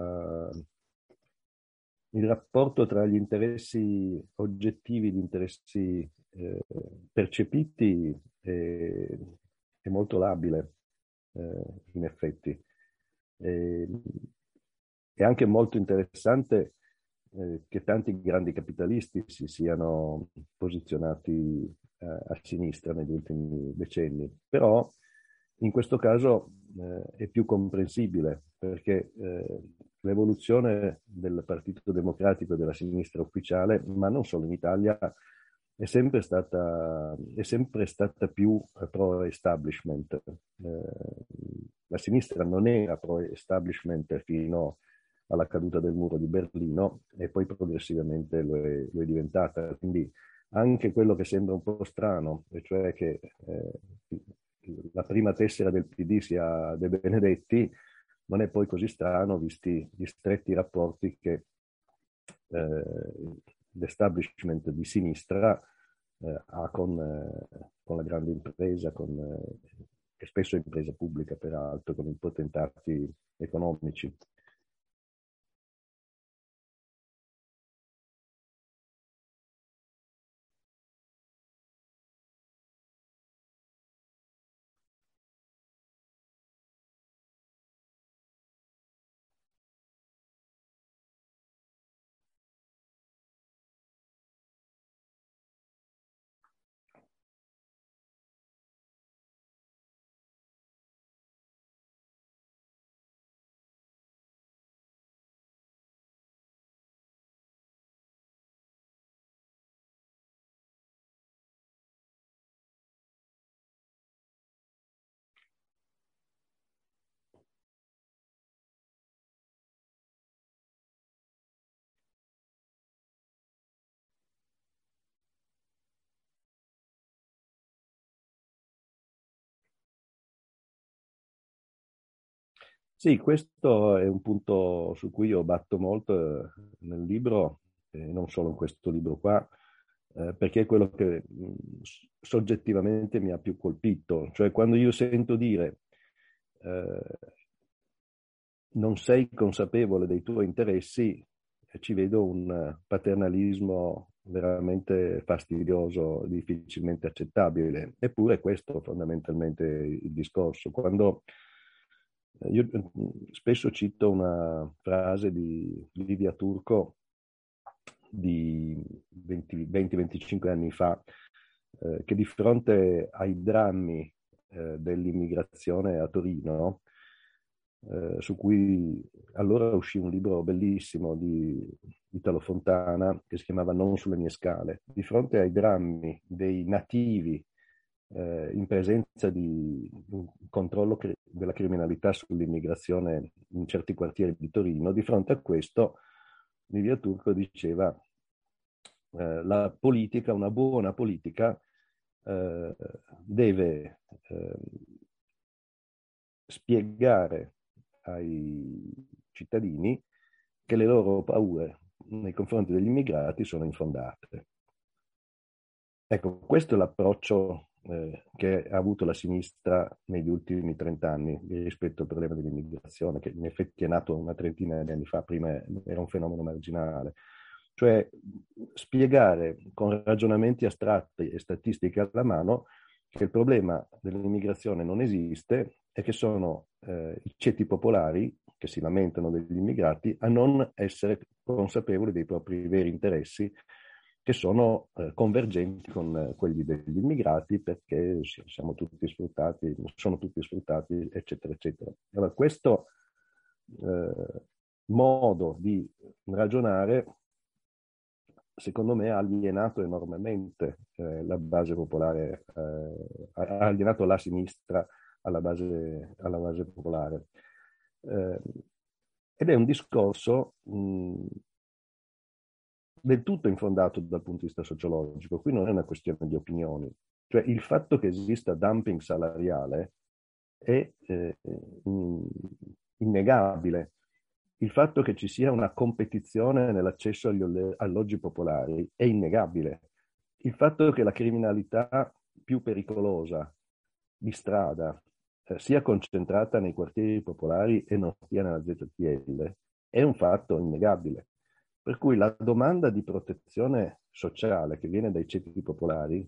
il rapporto tra gli interessi oggettivi e gli interessi percepiti è molto labile, in effetti. E, è anche molto interessante che tanti grandi capitalisti si siano posizionati a sinistra negli ultimi decenni, però in questo caso è più comprensibile perché l'evoluzione del Partito Democratico e della sinistra ufficiale, ma non solo in Italia, è sempre stata più pro-establishment. La sinistra non era pro-establishment fino alla caduta del muro di Berlino e poi progressivamente lo è diventata. Quindi anche quello che sembra un po' strano, e cioè che la prima tessera del PD sia De Benedetti, non è poi così strano visti gli stretti rapporti che l'establishment di sinistra ha con la grande impresa, e spesso impresa pubblica peraltro, con i potentati economici. Sì, questo è un punto su cui io batto molto nel libro, non solo in questo libro qua, perché è quello che soggettivamente mi ha più colpito. Cioè, quando io sento dire eh, non sei consapevole dei tuoi interessi, ci vedo un paternalismo veramente fastidioso, difficilmente accettabile. Eppure questo è fondamentalmente il discorso. Quando io spesso cito una frase di Livia Turco di 20-25 anni fa, che di fronte ai drammi dell'immigrazione a Torino, su cui allora uscì un libro bellissimo di Italo Fontana che si chiamava Non sulle mie scale. Di fronte ai drammi dei nativi in presenza di un controllo della criminalità sull'immigrazione in certi quartieri di Torino, di fronte a questo Livia Turco diceva la politica, una buona politica deve spiegare ai cittadini che le loro paure nei confronti degli immigrati sono infondate. Ecco, questo è l'approccio che ha avuto la sinistra negli ultimi 30 anni rispetto al problema dell'immigrazione, che in effetti è nato una trentina di anni fa, prima era un fenomeno marginale. Cioè spiegare con ragionamenti astratti e statistiche alla mano che il problema dell'immigrazione non esiste e che sono i ceti popolari che si lamentano degli immigrati a non essere consapevoli dei propri veri interessi, che sono convergenti con quelli degli immigrati, perché siamo tutti sfruttati, sono tutti sfruttati, eccetera, eccetera. Allora, questo modo di ragionare, secondo me, ha alienato enormemente la base popolare, ha alienato la sinistra alla base popolare. Ed è un discorso del tutto infondato dal punto di vista sociologico. Qui non è una questione di opinioni. Cioè il fatto che esista dumping salariale è innegabile. Il fatto che ci sia una competizione nell'accesso agli alloggi popolari è innegabile. Il fatto che la criminalità più pericolosa di strada sia concentrata nei quartieri popolari e non sia nella ZTL è un fatto innegabile. Per cui la domanda di protezione sociale che viene dai ceti popolari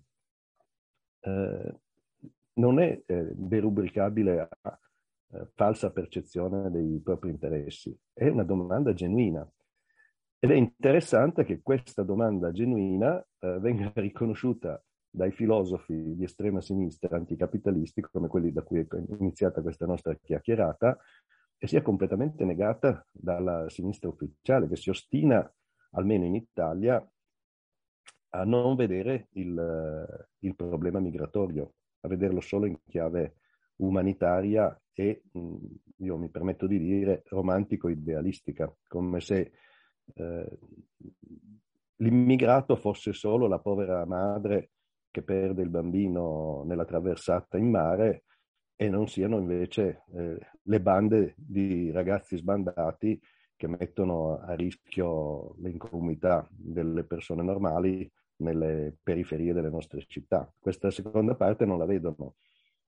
non è derubricabile a falsa percezione dei propri interessi, è una domanda genuina. Ed è interessante che questa domanda genuina venga riconosciuta dai filosofi di estrema sinistra anticapitalisti, come quelli da cui è iniziata questa nostra chiacchierata, e sia completamente negata dalla sinistra ufficiale, che si ostina, almeno in Italia, a non vedere il problema migratorio, a vederlo solo in chiave umanitaria e, io mi permetto di dire, romantico-idealistica, come se l'immigrato fosse solo la povera madre che perde il bambino nella traversata in mare e non siano invece le bande di ragazzi sbandati che mettono a rischio l'incolumità delle persone normali nelle periferie delle nostre città. Questa seconda parte non la vedono.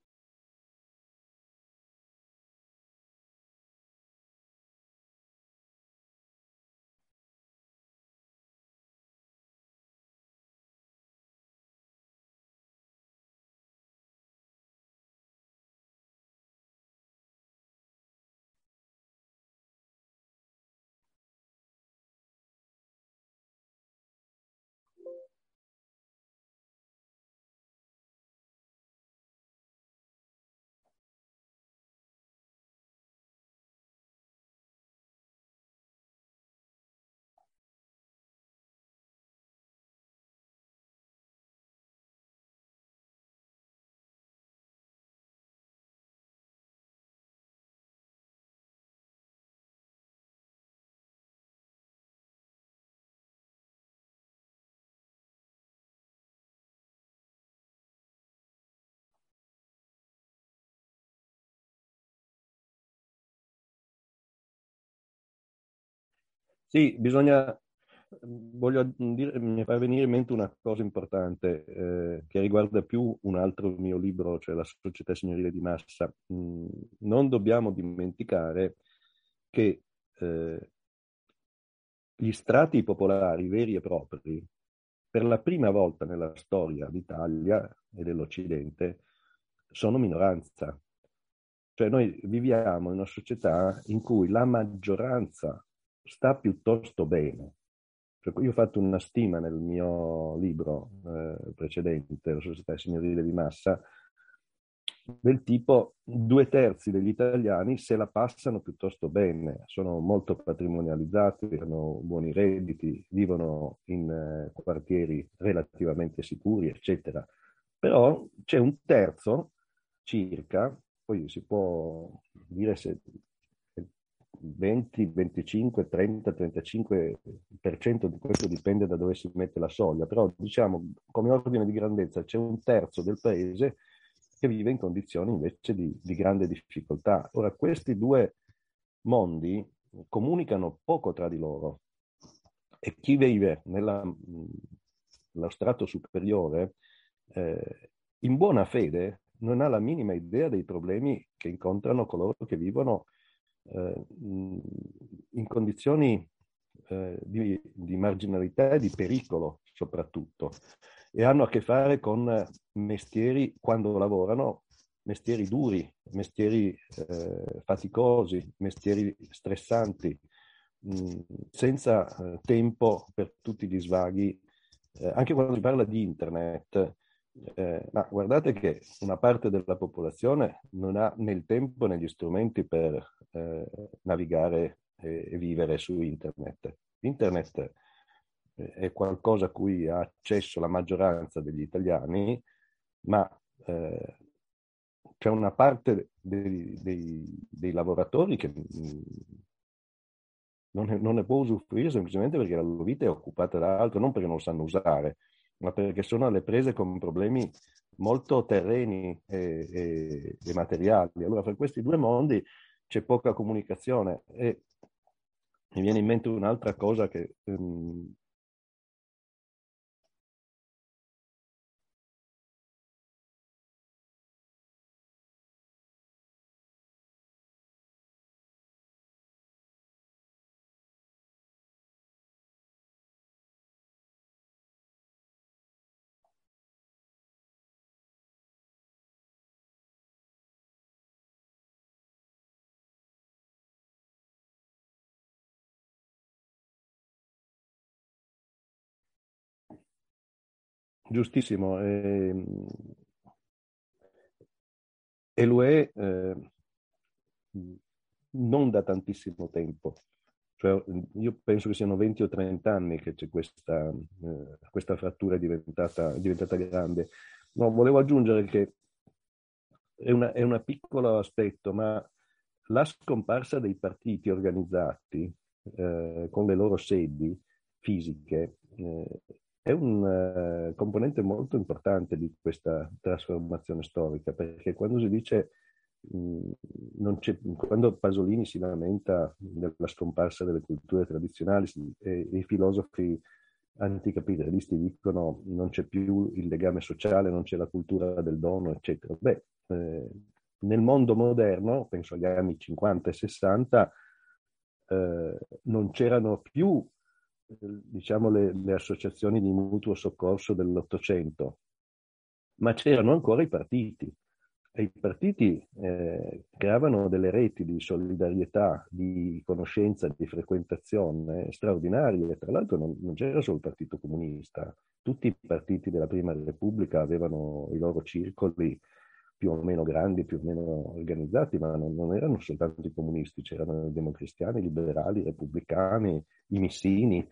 Sì, voglio dire, mi fa venire in mente una cosa importante che riguarda più un altro mio libro, cioè La società signorile di massa. Non dobbiamo dimenticare che gli strati popolari veri e propri, per la prima volta nella storia d'Italia e dell'Occidente, sono minoranza. Cioè noi viviamo in una società in cui la maggioranza sta piuttosto bene. Cioè, io ho fatto una stima nel mio libro precedente, La società signorile di massa, del tipo 2/3 degli italiani se la passano piuttosto bene, sono molto patrimonializzati, hanno buoni redditi, vivono in quartieri relativamente sicuri, eccetera. Però c'è un terzo circa, poi si può dire se 20, 25, 30, 35% di questo dipende da dove si mette la soglia, però diciamo come ordine di grandezza c'è un terzo del paese che vive in condizioni invece di grande difficoltà. Ora, questi due mondi comunicano poco tra di loro e chi vive nello strato superiore in buona fede non ha la minima idea dei problemi che incontrano coloro che vivono in condizioni di marginalità e di pericolo soprattutto, e hanno a che fare con mestieri, quando lavorano, mestieri duri, mestieri faticosi, mestieri stressanti, senza tempo per tutti gli svaghi. Anche quando si parla di internet, ma guardate che una parte della popolazione non ha né il tempo né gli strumenti per navigare e vivere su internet. Internet è qualcosa a cui ha accesso la maggioranza degli italiani, ma c'è una parte dei lavoratori che non ne può usufruire semplicemente perché la loro vita è occupata da altro, non perché non lo sanno usare, ma perché sono alle prese con problemi molto terreni e materiali. Allora, fra questi due mondi c'è poca comunicazione e mi viene in mente un'altra cosa che giustissimo, e lo è non da tantissimo tempo. Cioè, io penso che siano 20 o 30 anni che c'è questa frattura è diventata grande. No, volevo aggiungere che è un piccolo aspetto, ma la scomparsa dei partiti organizzati con le loro sedi fisiche è un componente molto importante di questa trasformazione storica, perché quando si dice quando Pasolini si lamenta della scomparsa delle culture tradizionali e i filosofi anticapitalisti dicono non c'è più il legame sociale, non c'è la cultura del dono, eccetera. Beh, nel mondo moderno, penso agli anni 50 e 60, non c'erano più diciamo le associazioni di mutuo soccorso dell'Ottocento, ma c'erano ancora i partiti. E i partiti creavano delle reti di solidarietà, di conoscenza, di frequentazione straordinarie. Tra l'altro non c'era solo il Partito Comunista, tutti i partiti della Prima Repubblica avevano i loro circoli più o meno grandi, più o meno organizzati, ma non erano soltanto i comunisti, c'erano i democristiani, i liberali, i repubblicani, i missini.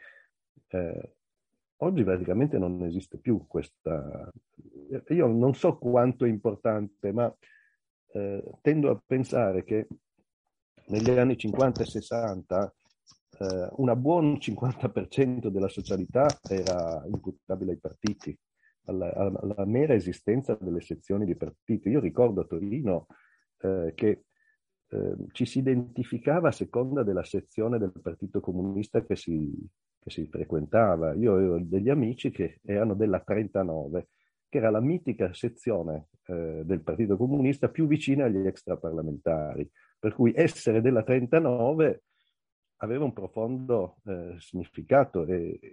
Oggi praticamente non esiste più questa. Io non so quanto è importante, ma tendo a pensare che negli anni 50 e 60 una buon 50% della socialità era imputabile ai partiti, alla mera esistenza delle sezioni di partiti. Io ricordo a Torino che ci si identificava a seconda della sezione del Partito Comunista che si frequentava. Io avevo degli amici che erano della 39, che era la mitica sezione del Partito Comunista più vicina agli extraparlamentari, per cui essere della 39 aveva un profondo significato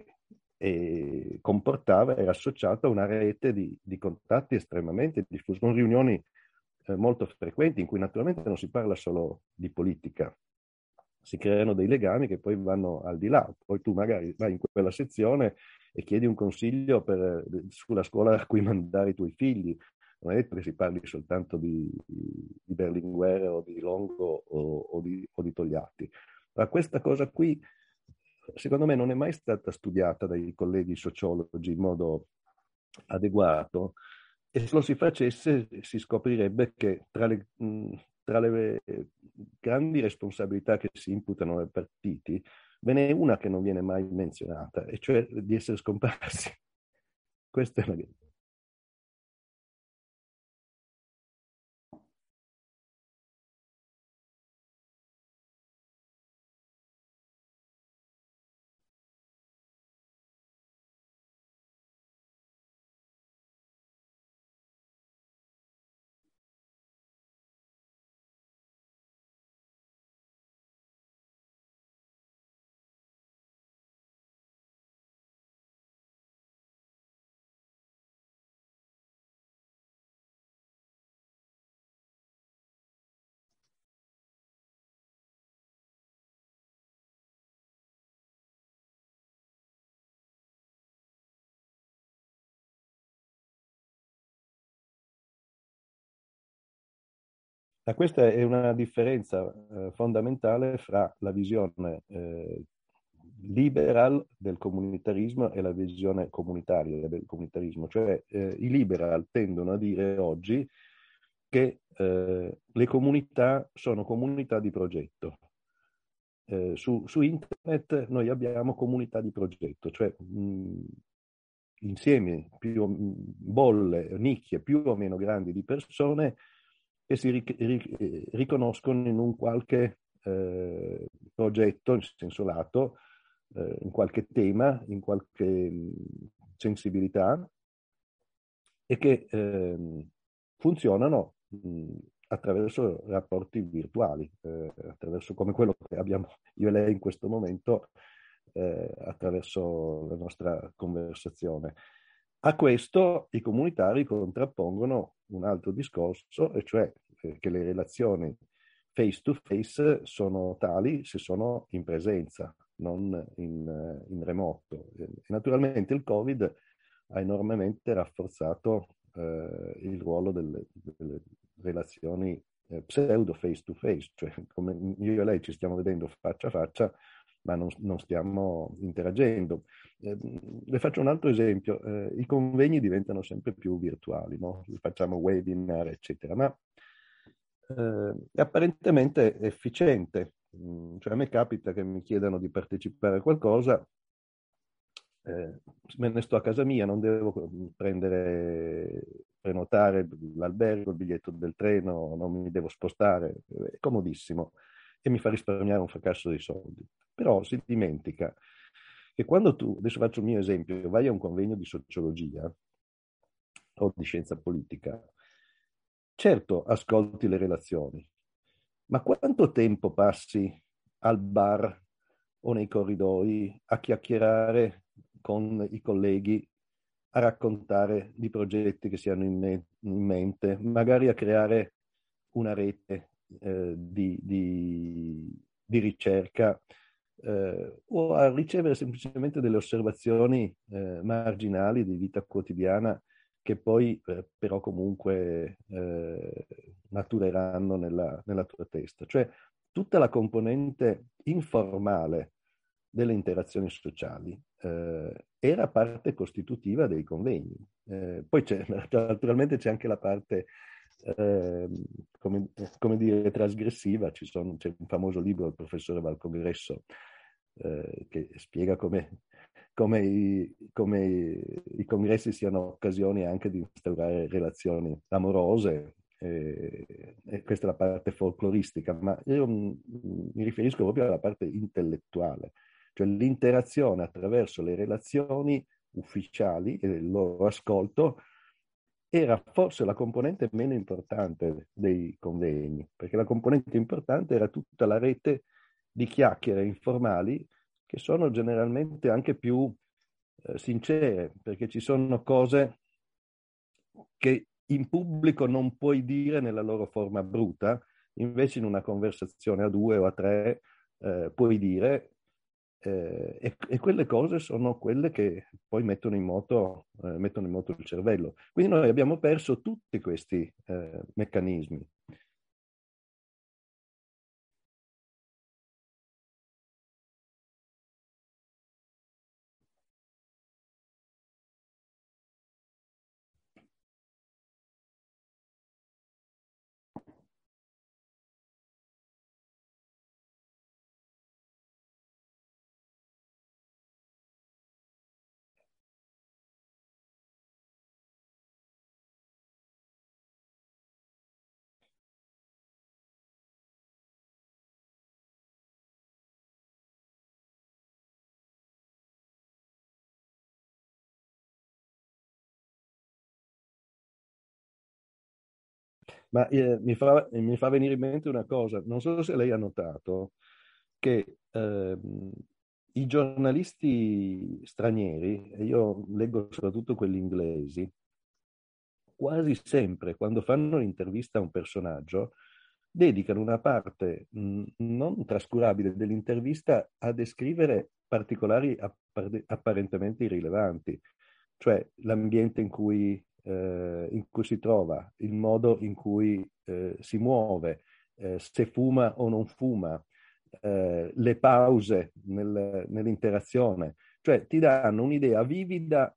e comportava, era associato a una rete di contatti estremamente diffusi, con riunioni molto frequenti in cui naturalmente non si parla solo di politica, si creano dei legami che poi vanno al di là. Poi tu magari vai in quella sezione e chiedi un consiglio sulla scuola a cui mandare i tuoi figli. Non è detto che si parli soltanto di Berlinguer o di Longo o di Togliatti. Ma questa cosa qui, secondo me, non è mai stata studiata dai colleghi sociologi in modo adeguato, e se lo si facesse si scoprirebbe che tra le grandi responsabilità che si imputano ai partiti ve n'è una che non viene mai menzionata, e cioè di essere scomparsi. Questa è la. Questa è una differenza fondamentale fra la visione liberal del comunitarismo e la visione comunitaria del comunitarismo. Cioè i liberal tendono a dire oggi che le comunità sono comunità di progetto. Su internet noi abbiamo comunità di progetto, cioè insiemi, bolle, nicchie più o meno grandi di persone che si riconoscono in un qualche progetto, in senso lato, in qualche tema, in qualche sensibilità, e che funzionano attraverso rapporti virtuali, attraverso come quello che abbiamo io e lei in questo momento, attraverso la nostra conversazione. A questo i comunitari contrappongono un altro discorso, e cioè che le relazioni face to face sono tali se sono in presenza, non in remoto. E naturalmente il Covid ha enormemente rafforzato il ruolo delle relazioni pseudo face to face, cioè come io e lei ci stiamo vedendo faccia a faccia, ma non stiamo interagendo. Le faccio un altro esempio. I convegni diventano sempre più virtuali, no? Facciamo webinar, eccetera, ma è apparentemente efficiente. Cioè a me capita che mi chiedano di partecipare a qualcosa, me ne sto a casa mia, non devo prendere prenotare l'albergo, il biglietto del treno, non mi devo spostare, è comodissimo e mi fa risparmiare un fracasso di soldi. Però si dimentica che quando tu, adesso faccio il mio esempio, vai a un convegno di sociologia o di scienza politica, certo ascolti le relazioni, ma quanto tempo passi al bar o nei corridoi a chiacchierare con i colleghi, a raccontare di progetti che si hanno in mente, magari a creare una rete di ricerca o a ricevere semplicemente delle osservazioni marginali di vita quotidiana che poi però comunque matureranno nella tua testa. Cioè tutta la componente informale delle interazioni sociali era parte costitutiva dei convegni. Poi naturalmente c'è anche la parte eh, come dire, trasgressiva. C'è un famoso libro del professore Valcongresso che spiega come i congressi siano occasioni anche di instaurare relazioni amorose, e questa è la parte folcloristica, ma io mi riferisco proprio alla parte intellettuale, cioè l'interazione attraverso le relazioni ufficiali e il loro ascolto era forse la componente meno importante dei convegni, perché la componente importante era tutta la rete di chiacchiere informali che sono generalmente anche più sincere, perché ci sono cose che in pubblico non puoi dire nella loro forma bruta, invece in una conversazione a due o a tre puoi dire, e quelle cose sono quelle che poi mettono in moto il cervello. Quindi noi abbiamo perso tutti questi meccanismi. Ma mi fa venire in mente una cosa, non so se lei ha notato che i giornalisti stranieri, e io leggo soprattutto quelli inglesi, quasi sempre quando fanno l'intervista a un personaggio, dedicano una parte non trascurabile dell'intervista a descrivere particolari apparentemente irrilevanti, cioè l'ambiente in cui si trova, il modo in cui si muove, se fuma o non fuma, le pause nell'interazione, cioè ti danno un'idea vivida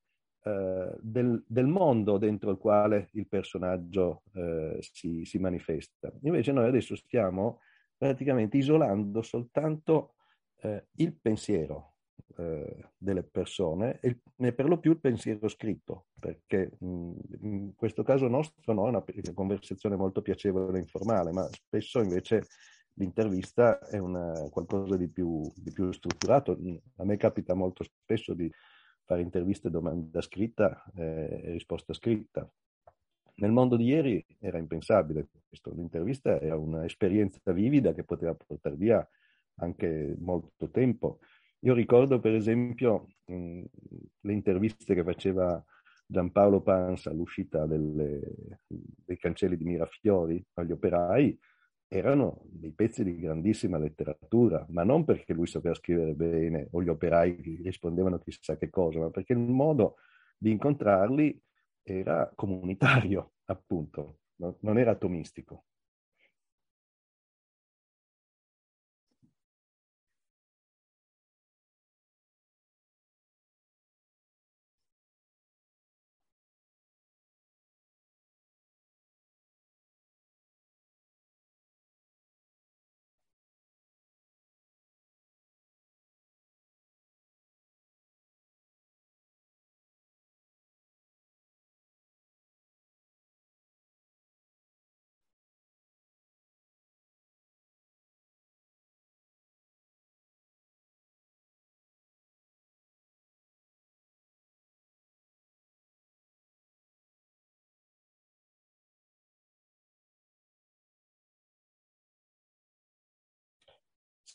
del mondo dentro il quale il personaggio si manifesta. Invece noi adesso stiamo praticamente isolando soltanto il pensiero delle persone e per lo più il pensiero scritto, perché in questo caso nostro no, è una conversazione molto piacevole e informale, ma spesso invece l'intervista è qualcosa di più strutturato. A me capita molto spesso di fare interviste domanda scritta e risposta scritta. Nel mondo di ieri era impensabile questo, l'intervista era un'esperienza vivida che poteva portare via anche molto tempo. Io ricordo per esempio le interviste che faceva Giampaolo Pansa all'uscita dei cancelli di Mirafiori agli operai, erano dei pezzi di grandissima letteratura, ma non perché lui sapeva scrivere bene o gli operai gli rispondevano chissà che cosa, ma perché il modo di incontrarli era comunitario, appunto, non era atomistico.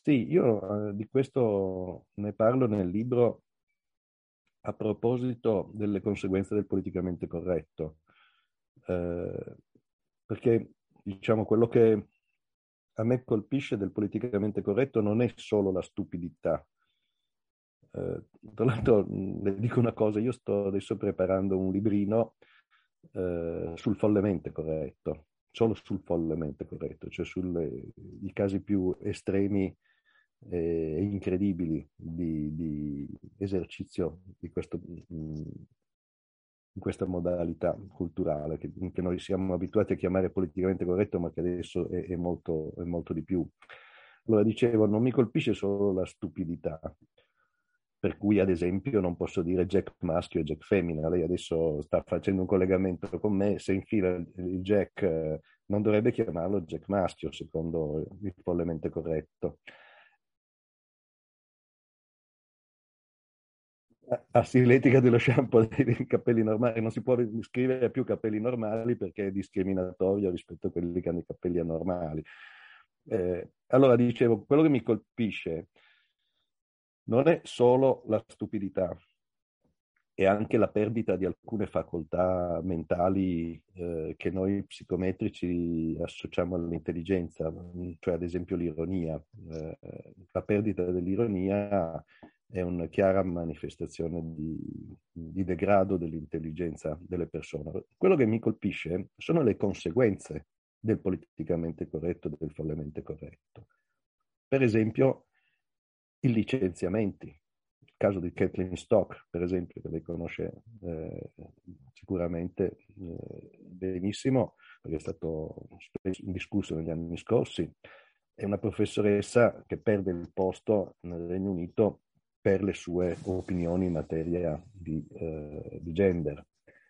Sì, io di questo ne parlo nel libro a proposito delle conseguenze del politicamente corretto, eh, perché diciamo quello che a me colpisce del politicamente corretto non è solo la stupidità. Tra l'altro, le dico una cosa, io sto adesso preparando un librino sul follemente corretto, solo sul follemente corretto, cioè sui casi più estremi e incredibili di esercizio di in questa modalità culturale che noi siamo abituati a chiamare politicamente corretto, ma che adesso è molto di più. Allora dicevo, non mi colpisce solo la stupidità, per cui ad esempio non posso dire Jack maschio e Jack femmina. Lei adesso sta facendo un collegamento con me, se infila il Jack non dovrebbe chiamarlo Jack maschio, secondo il follemente corretto. Ah sì, l'etica dello shampoo dei capelli normali, non si può scrivere più capelli normali perché è discriminatorio rispetto a quelli che hanno i capelli anormali. Allora dicevo, quello che mi colpisce non è solo la stupidità, è anche la perdita di alcune facoltà mentali che noi psicometrici associamo all'intelligenza, cioè ad esempio l'ironia. La perdita dell'ironia è una chiara manifestazione di degrado dell'intelligenza delle persone. Quello che mi colpisce sono le conseguenze del politicamente corretto e del follemente corretto. Per esempio, i licenziamenti. Il caso di Kathleen Stock, per esempio, che lei conosce sicuramente benissimo, perché è stato spesso discusso negli anni scorsi, è una professoressa che perde il posto nel Regno Unito per le sue opinioni in materia di gender.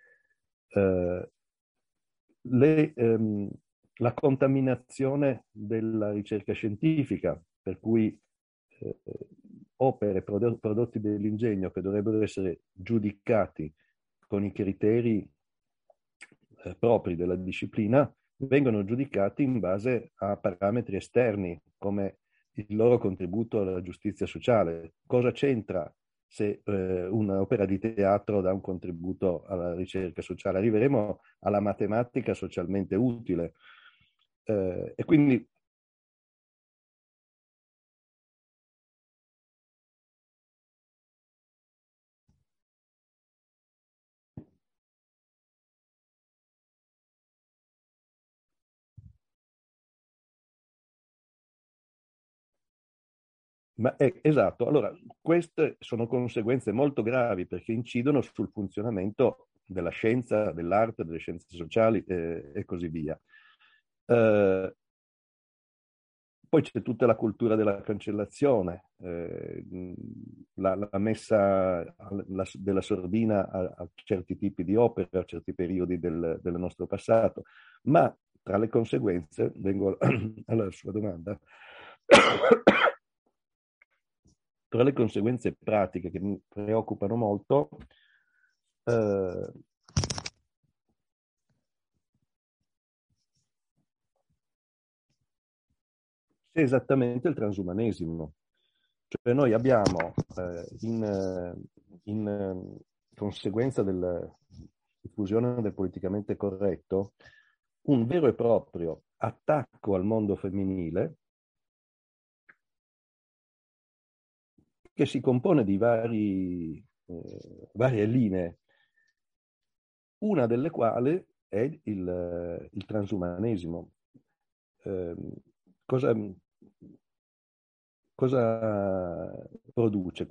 La contaminazione della ricerca scientifica, per cui opere, prodotti dell'ingegno che dovrebbero essere giudicati con i criteri propri della disciplina, vengono giudicati in base a parametri esterni, come il loro contributo alla giustizia sociale. Cosa c'entra se un'opera di teatro dà un contributo alla ricerca sociale? Arriveremo alla matematica socialmente utile. E quindi esatto, allora queste sono conseguenze molto gravi perché incidono sul funzionamento della scienza, dell'arte, delle scienze sociali e così via. Poi c'è tutta la cultura della cancellazione, la messa della sordina a certi tipi di opere, a certi periodi del nostro passato. Ma tra le conseguenze, vengo alla sua domanda, tra le conseguenze pratiche che mi preoccupano molto, c'è esattamente il transumanesimo. Cioè noi abbiamo in conseguenza della diffusione del politicamente corretto un vero e proprio attacco al mondo femminile che si compone di varie linee, una delle quali è il transumanesimo. Eh, cosa, cosa produce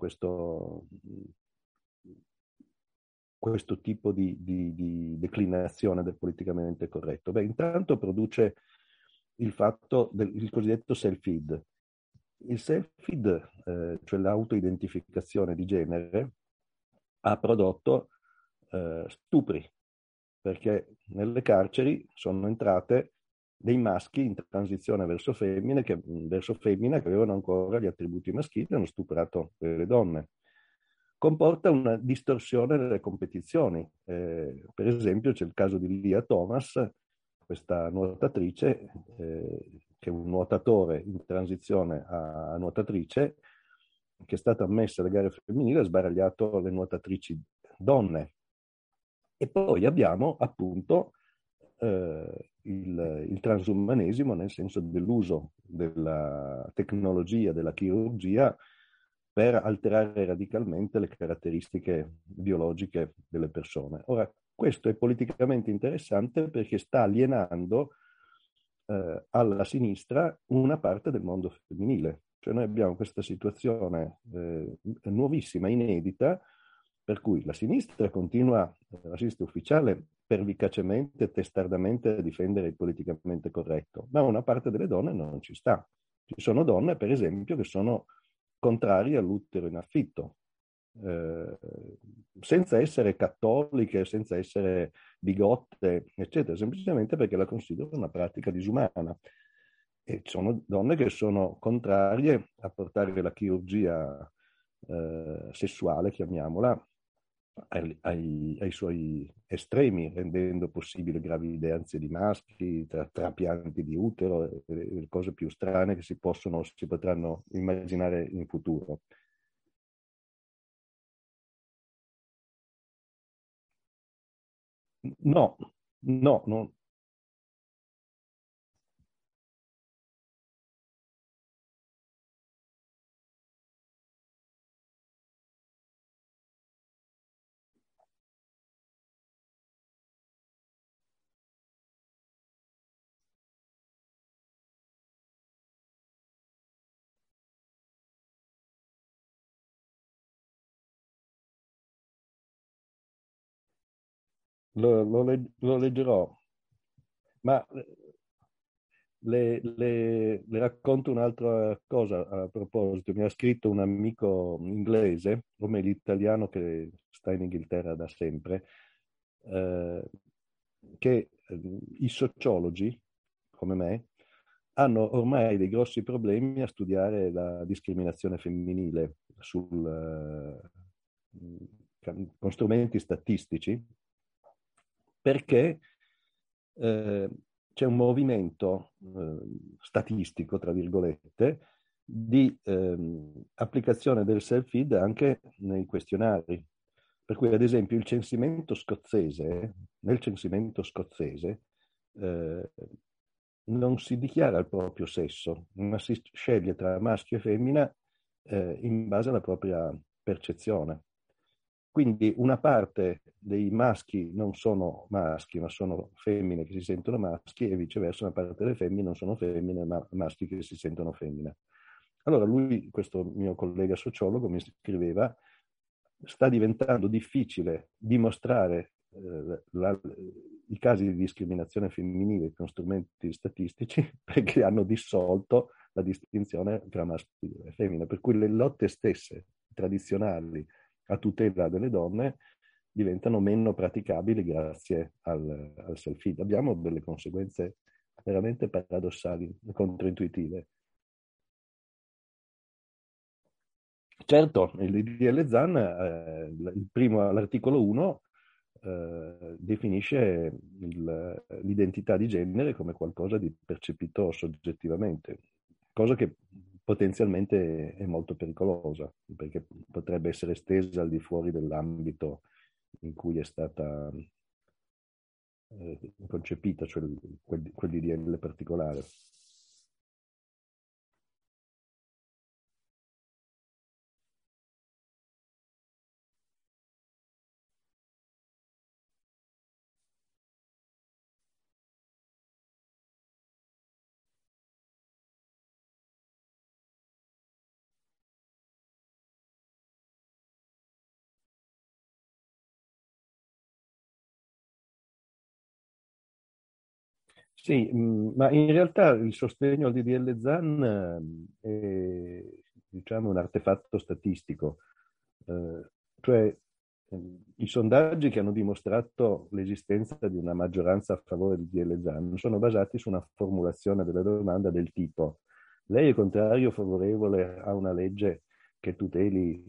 questo tipo di declinazione del politicamente corretto? Beh, intanto produce il fatto del cosiddetto self-id. Il self-id, cioè l'autoidentificazione di genere, ha prodotto stupri, perché nelle carceri sono entrate dei maschi in transizione verso femmina che avevano ancora gli attributi maschili e hanno stuprato le donne. Comporta una distorsione delle competizioni. Per esempio c'è il caso di Lia Thomas, questa nuotatrice che è un nuotatore in transizione a nuotatrice, che è stato ammesso alle gare femminili, ha sbaragliato le nuotatrici donne. E poi abbiamo appunto il transumanesimo, nel senso dell'uso della tecnologia, della chirurgia, per alterare radicalmente le caratteristiche biologiche delle persone. Ora, questo è politicamente interessante perché sta alienando alla sinistra una parte del mondo femminile. Cioè noi abbiamo questa situazione nuovissima, inedita, per cui la sinistra continua, la sinistra ufficiale, pervicacemente, testardamente a difendere il politicamente corretto, ma una parte delle donne non ci sta. Ci sono donne, per esempio, che sono contrarie all'utero in affitto, senza essere cattoliche, senza essere bigotte, eccetera, semplicemente perché la considerano una pratica disumana. E ci sono donne che sono contrarie a portare la chirurgia sessuale, chiamiamola, ai suoi estremi, rendendo possibile gravidanze di maschi, trapianti di utero, le cose più strane che si potranno immaginare in futuro. No, no, no. Lo leggerò, ma le racconto un'altra cosa a proposito. Mi ha scritto un amico inglese, come l'italiano che sta in Inghilterra da sempre, eh, che i sociologi, come me, hanno ormai dei grossi problemi a studiare la discriminazione femminile con strumenti statistici, perché c'è un movimento statistico, tra virgolette, di applicazione del self-feed anche nei questionari. Per cui, ad esempio, nel censimento scozzese, eh, non si dichiara il proprio sesso, ma si sceglie tra maschio e femmina in base alla propria percezione. Quindi una parte dei maschi non sono maschi, ma sono femmine che si sentono maschi, e viceversa una parte delle femmine non sono femmine, ma maschi che si sentono femmine. Allora lui, questo mio collega sociologo, mi scriveva: sta diventando difficile dimostrare i casi di discriminazione femminile con strumenti statistici perché hanno dissolto la distinzione tra maschile e femmina, per cui le lotte stesse tradizionali a tutela delle donne diventano meno praticabili grazie al self-feed. Abbiamo delle conseguenze veramente paradossali, controintuitive. Certo, il DDL ZAN, l'articolo 1, definisce l'identità di genere come qualcosa di percepito soggettivamente, cosa che potenzialmente è molto pericolosa, perché potrebbe essere estesa al di fuori dell'ambito in cui è stata concepita, cioè quel DDL particolare. Sì, ma in realtà il sostegno al DDL ZAN è, diciamo, un artefatto statistico. Cioè i sondaggi che hanno dimostrato l'esistenza di una maggioranza a favore del DDL ZAN sono basati su una formulazione della domanda del tipo: lei è contrario o favorevole a una legge che tuteli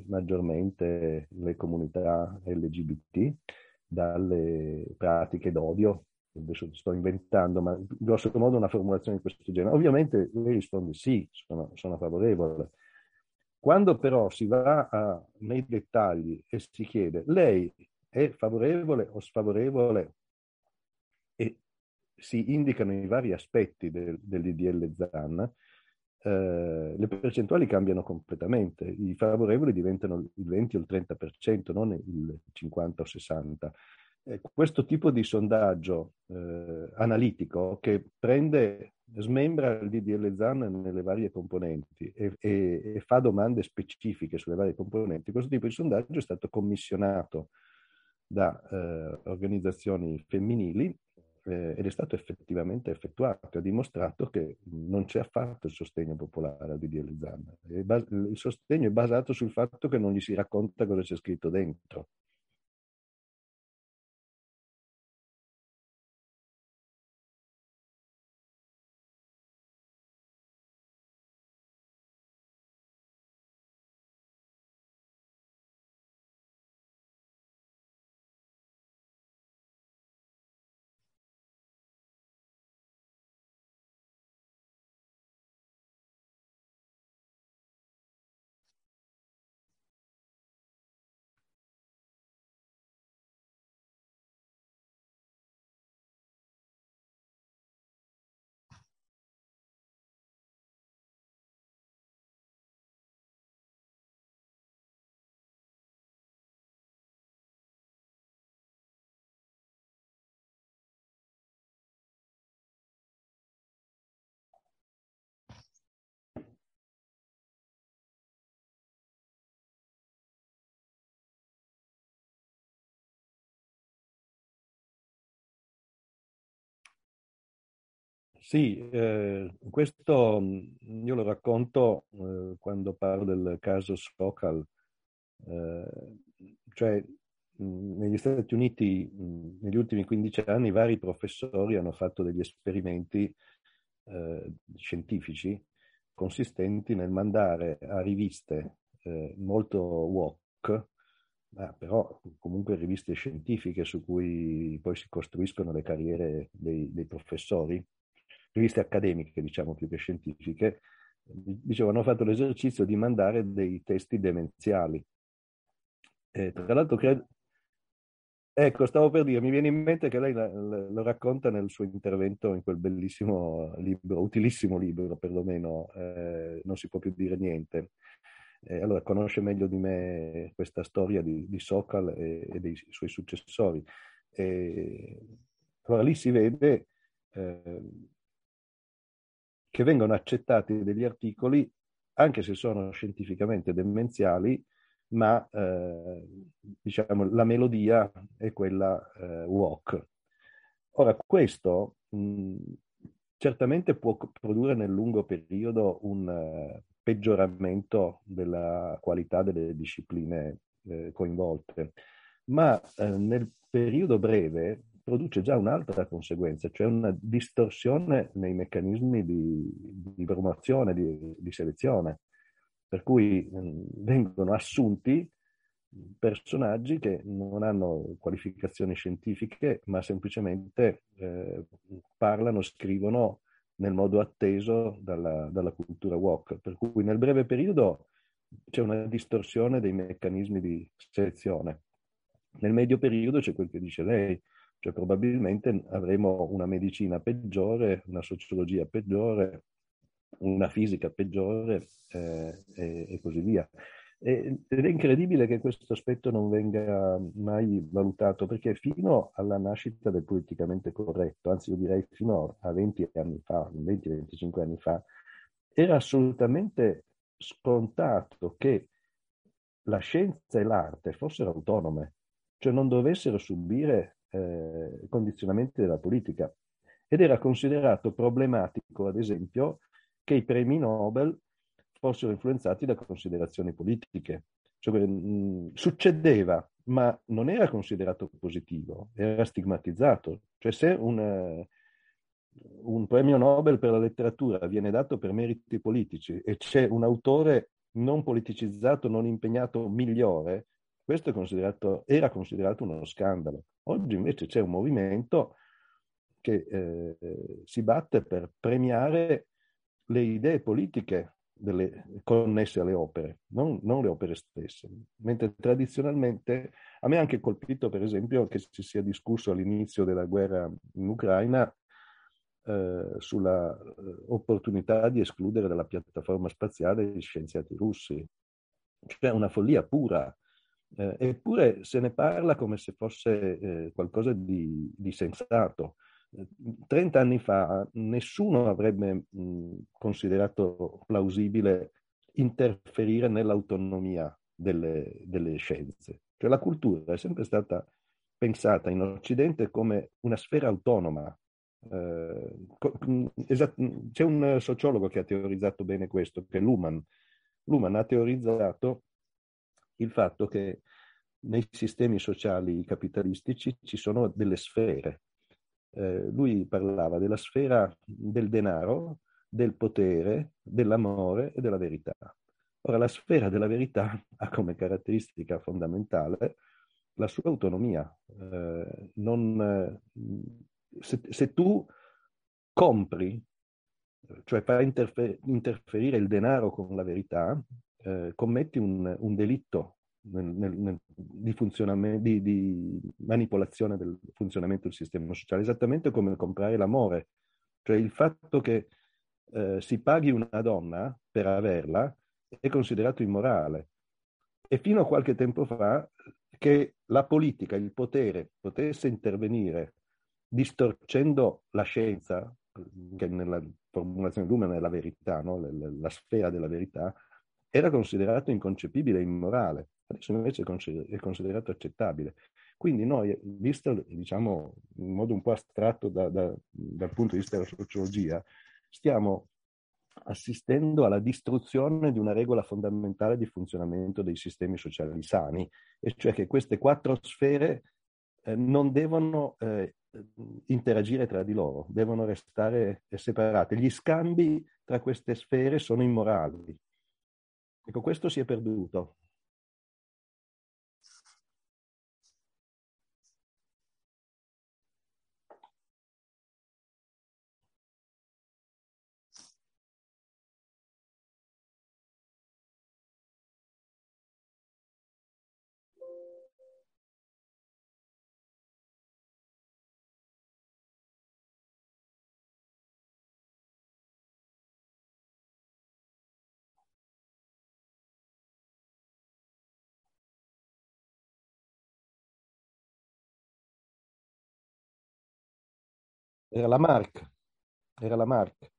maggiormente le comunità LGBT dalle pratiche d'odio adesso sto inventando, ma grosso modo una formulazione di questo genere. Ovviamente lei risponde sì, sono favorevole. Quando però si va nei dettagli e si chiede, lei è favorevole o sfavorevole, e si indicano i vari aspetti del DDL Zan, le percentuali cambiano completamente. I favorevoli diventano il 20 o il 30%, non il 50 o 60%. Questo tipo di sondaggio analitico che smembra il DDL Zan nelle varie componenti e fa domande specifiche sulle varie componenti, questo tipo di sondaggio è stato commissionato da organizzazioni femminili ed è stato effettivamente effettuato, ha dimostrato che non c'è affatto il sostegno popolare al DDL Zan. Il sostegno è basato sul fatto che non gli si racconta cosa c'è scritto dentro. Sì, questo io lo racconto quando parlo del caso Sokal, eh, cioè negli Stati Uniti negli ultimi 15 anni vari professori hanno fatto degli esperimenti scientifici consistenti nel mandare a riviste molto woke, ma però comunque riviste scientifiche su cui poi si costruiscono le carriere dei professori, riviste accademiche, diciamo, più che scientifiche, dicevo, hanno fatto l'esercizio di mandare dei testi demenziali. Tra l'altro, ecco, stavo per dire, mi viene in mente che lei lo racconta nel suo intervento in quel bellissimo libro, utilissimo libro perlomeno, non si può più dire niente. Allora, conosce meglio di me questa storia di Sokal e dei suoi successori. Allora, lì si vede eh, che vengono accettati degli articoli, anche se sono scientificamente demenziali, ma diciamo, la melodia è quella walk. Ora, questo certamente può produrre nel lungo periodo un peggioramento della qualità delle discipline coinvolte, ma nel periodo breve produce già un'altra conseguenza, cioè una distorsione nei meccanismi di promozione, di selezione, per cui vengono assunti personaggi che non hanno qualificazioni scientifiche, ma semplicemente parlano, scrivono nel modo atteso dalla cultura woke, per cui nel breve periodo c'è una distorsione dei meccanismi di selezione. Nel medio periodo c'è quel che dice lei, cioè probabilmente avremo una medicina peggiore, una sociologia peggiore, una fisica peggiore e così via. Ed è incredibile che questo aspetto non venga mai valutato, perché fino alla nascita del politicamente corretto, anzi io direi fino a 20 anni fa, 20-25 anni fa, era assolutamente scontato che la scienza e l'arte fossero autonome, cioè non dovessero subire condizionamenti della politica. Ed era considerato problematico, ad esempio, che i premi Nobel fossero influenzati da considerazioni politiche. Cioè, succedeva, ma non era considerato positivo, era stigmatizzato. Cioè se un premio Nobel per la letteratura viene dato per meriti politici e c'è un autore non politicizzato, non impegnato migliore, questo era considerato uno scandalo. Oggi invece c'è un movimento che si batte per premiare le idee politiche connesse alle opere, non le opere stesse. Mentre tradizionalmente, a me ha anche colpito per esempio che si sia discusso all'inizio della guerra in Ucraina sulla opportunità di escludere dalla piattaforma spaziale gli scienziati russi. Cioè una follia pura. Eppure se ne parla come se fosse qualcosa di sensato. 30 anni fa nessuno avrebbe considerato plausibile interferire nell'autonomia delle scienze. Cioè la cultura è sempre stata pensata in Occidente come una sfera autonoma. C'è un sociologo che ha teorizzato bene questo, che è Luhmann. Luhmann ha teorizzato il fatto che nei sistemi sociali capitalistici ci sono delle sfere. Lui parlava della sfera del denaro, del potere, dell'amore e della verità. Ora, la sfera della verità ha come caratteristica fondamentale la sua autonomia. Se tu compri, cioè fai interferire il denaro con la verità, commetti un delitto di manipolazione del funzionamento del sistema sociale, esattamente come comprare l'amore. Cioè il fatto che si paghi una donna per averla è considerato immorale. E fino a qualche tempo fa che la politica, il potere, potesse intervenire distorcendo la scienza, che nella formulazione di Luhmann è la verità, no? La sfera della verità, era considerato inconcepibile e immorale. Adesso invece è considerato accettabile. Quindi noi, visto diciamo, in modo un po' astratto dal punto di vista della sociologia, stiamo assistendo alla distruzione di una regola fondamentale di funzionamento dei sistemi sociali sani, e cioè che queste quattro sfere non devono interagire tra di loro, devono restare separate. Gli scambi tra queste sfere sono immorali. Ecco, questo si è perduto. Era la Mark, era la Mark.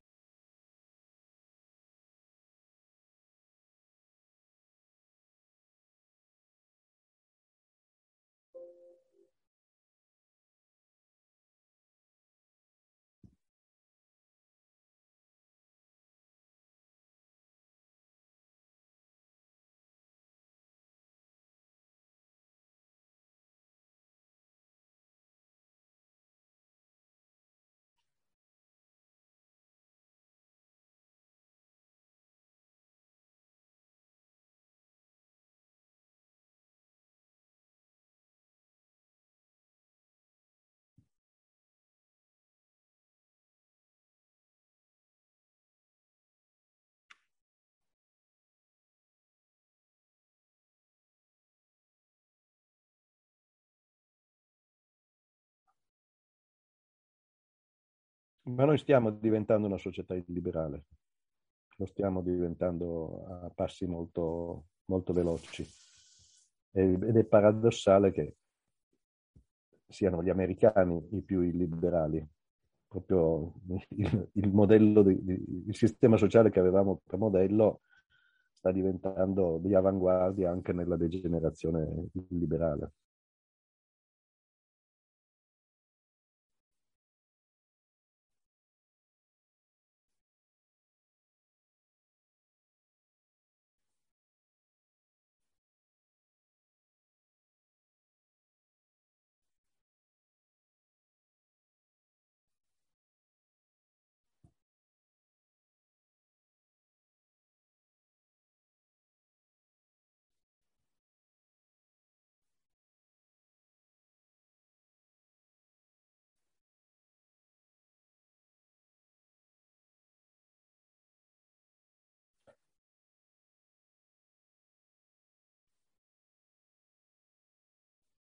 Ma noi stiamo diventando una società illiberale, lo stiamo diventando a passi molto, molto veloci. Ed è paradossale che siano gli americani i più illiberali. Proprio il modello, il sistema sociale che avevamo per modello sta diventando di avanguardia anche nella degenerazione illiberale.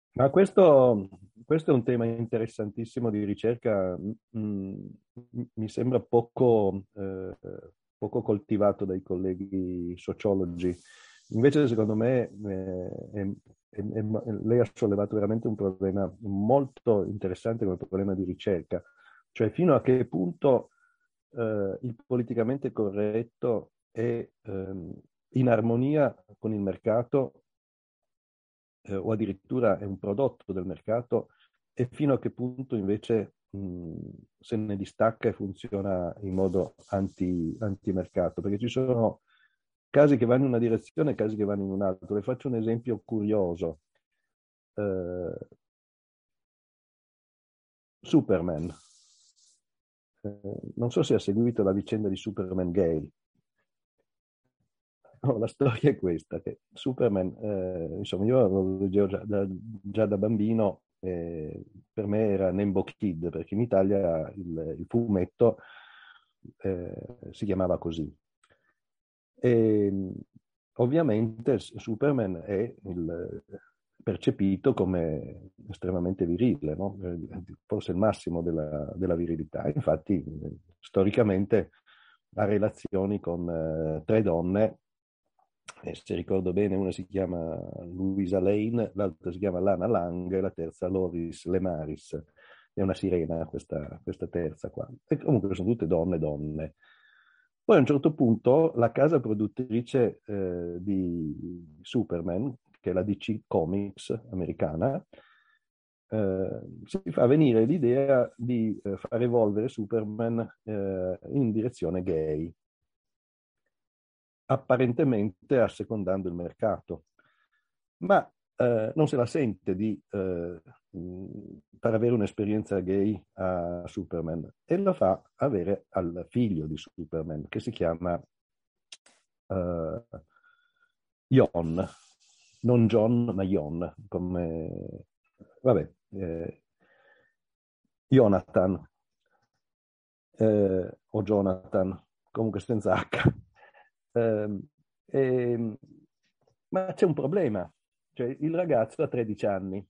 Ma questo è un tema interessantissimo di ricerca, mi sembra poco coltivato dai colleghi sociologi. Invece, secondo me, lei ha sollevato veramente un problema molto interessante come problema di ricerca, cioè fino a che punto il politicamente corretto è in armonia con il mercato o addirittura è un prodotto del mercato e fino a che punto invece se ne distacca e funziona in modo antimercato, perché ci sono casi che vanno in una direzione e casi che vanno in un'altra. Le faccio un esempio curioso. Eh, Superman. Non so se ha seguito la vicenda di Superman gay. No, la storia è questa, che Superman, insomma, io lo leggevo già da bambino, per me era Nembo Kid, perché in Italia il fumetto si chiamava così. E, ovviamente Superman è percepito come estremamente virile, no? Forse il massimo della virilità. Infatti, storicamente ha relazioni con tre donne, e se ricordo bene, una si chiama Louisa Lane, l'altra si chiama Lana Lang e la terza Loris Lemaris. È una sirena questa terza qua. E comunque sono tutte donne. Poi a un certo punto la casa produttrice di Superman, che è la DC Comics americana, si fa venire l'idea di far evolvere Superman in direzione gay, apparentemente assecondando il mercato. Ma non se la sente di far avere un'esperienza gay a Superman e la fa avere al figlio di Superman, che si chiama Jon, non John, ma Jon, come, vabbè, Jonathan, o Jonathan, comunque senza H. Eh, e- ma c'è un problema, cioè il ragazzo ha 13 anni.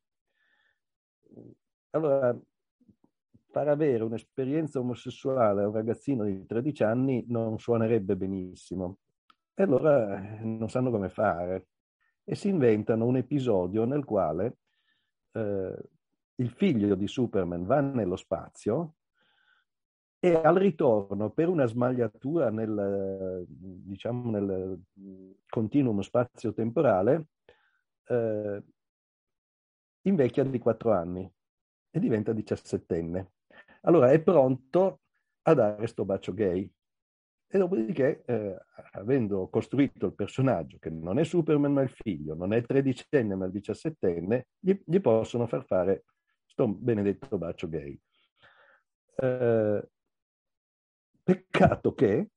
Allora, far avere un'esperienza omosessuale a un ragazzino di 13 anni non suonerebbe benissimo. E allora non sanno come fare. E si inventano un episodio nel quale eh, il figlio di Superman va nello spazio e al ritorno, per una smagliatura diciamo, nel continuum spazio-temporale, eh, invecchia di 4 anni e diventa 17enne. Allora è pronto a dare sto bacio gay. E dopodiché, avendo costruito il personaggio, che non è Superman ma il figlio, non è il 13enne ma il 17enne, gli possono far fare sto benedetto bacio gay. Eh, Peccato che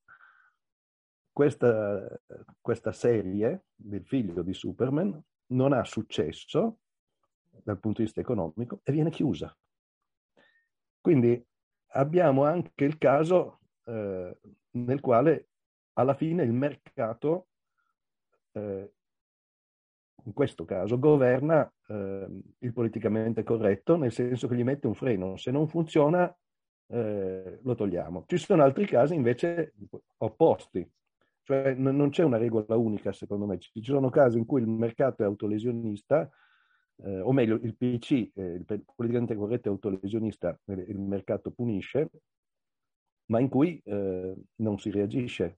questa serie del figlio di Superman non ha successo dal punto di vista economico e viene chiusa. Quindi abbiamo anche il caso nel quale alla fine il mercato, eh, in questo caso, governa il politicamente corretto, nel senso che gli mette un freno. Se non funziona, lo togliamo. Ci sono altri casi invece opposti, cioè non c'è una regola unica, secondo me. Ci sono casi in cui il mercato è autolesionista, o meglio, il PC, il politicamente corretto è autolesionista, il mercato punisce, ma in cui non si reagisce.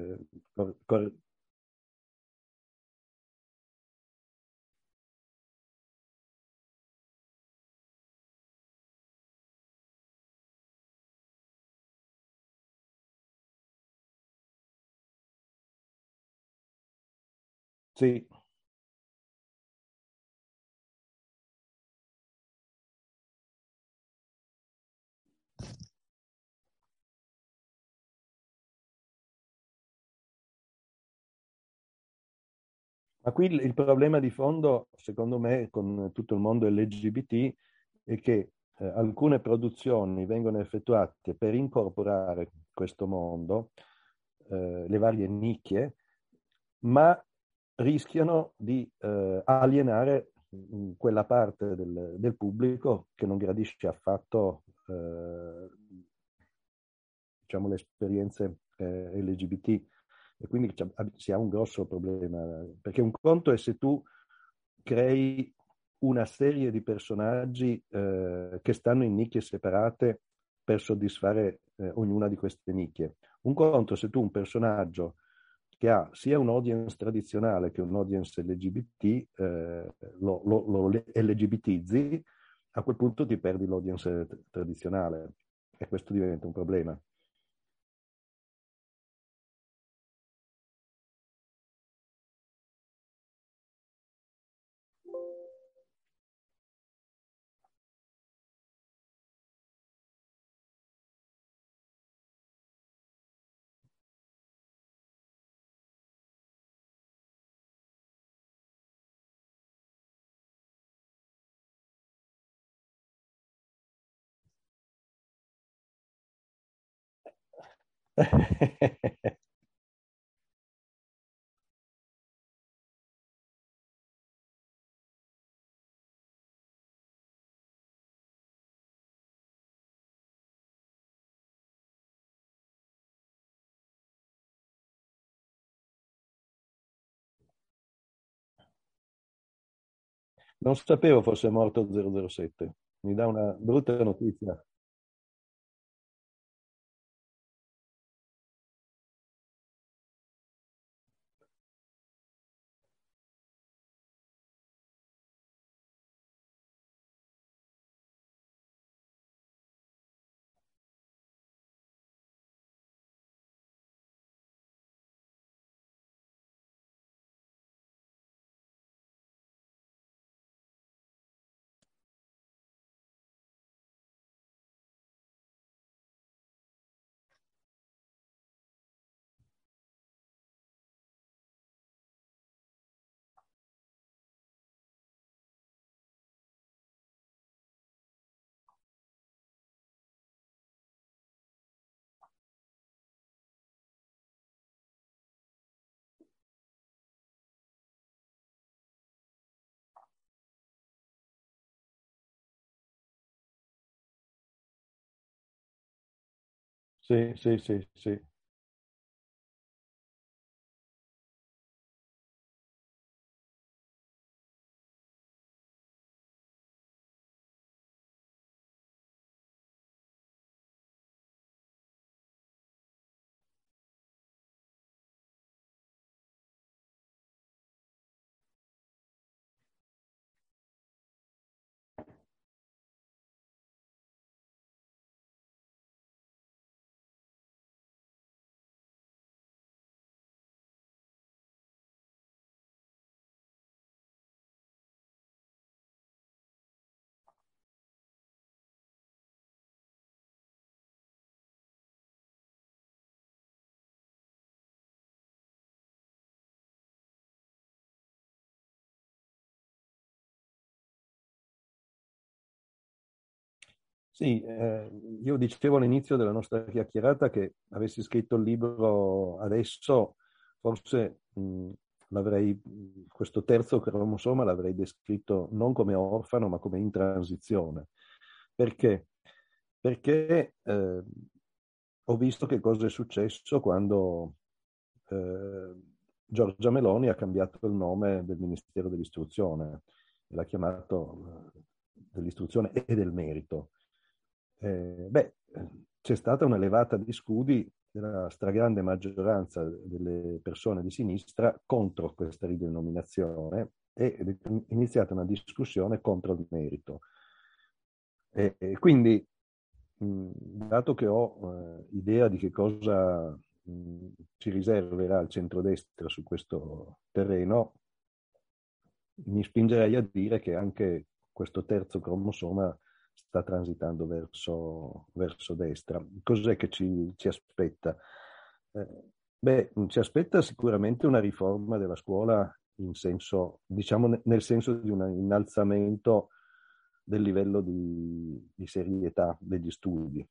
Sì, ma qui il problema di fondo, secondo me, con tutto il mondo LGBT è che alcune produzioni vengono effettuate per incorporare questo mondo, le varie nicchie, ma rischiano di alienare quella parte del pubblico che non gradisce affatto diciamo, le esperienze LGBT, e quindi si ha un grosso problema, perché un conto è se tu crei una serie di personaggi che stanno in nicchie separate per soddisfare ognuna di queste nicchie. Un conto se tu un personaggio che ha sia un audience tradizionale che un audience LGBT lo LGBTizzi, a quel punto ti perdi l'audience tradizionale e questo diventa un problema. Non sapevo fosse morto 007. Mi dà una brutta notizia. Sì, sì, sì, sì. Sì, io dicevo all'inizio della nostra chiacchierata che avessi scritto il libro adesso, forse l'avrei, questo terzo cromosoma l'avrei descritto non come orfano, ma come in transizione. Perché? Perché ho visto che cosa è successo quando eh, Giorgia Meloni ha cambiato il nome del Ministero dell'Istruzione, l'ha chiamato dell'Istruzione e del Merito. C'è stata una levata di scudi della stragrande maggioranza delle persone di sinistra contro questa ridenominazione e è iniziata una discussione contro il merito. E quindi, dato che ho idea di che cosa ci riserverà il centrodestra su questo terreno, mi spingerei a dire che anche questo terzo cromosoma sta transitando verso destra. Cos'è che ci aspetta? Ci aspetta sicuramente una riforma della scuola in senso, diciamo, nel senso di un innalzamento del livello di serietà degli studi.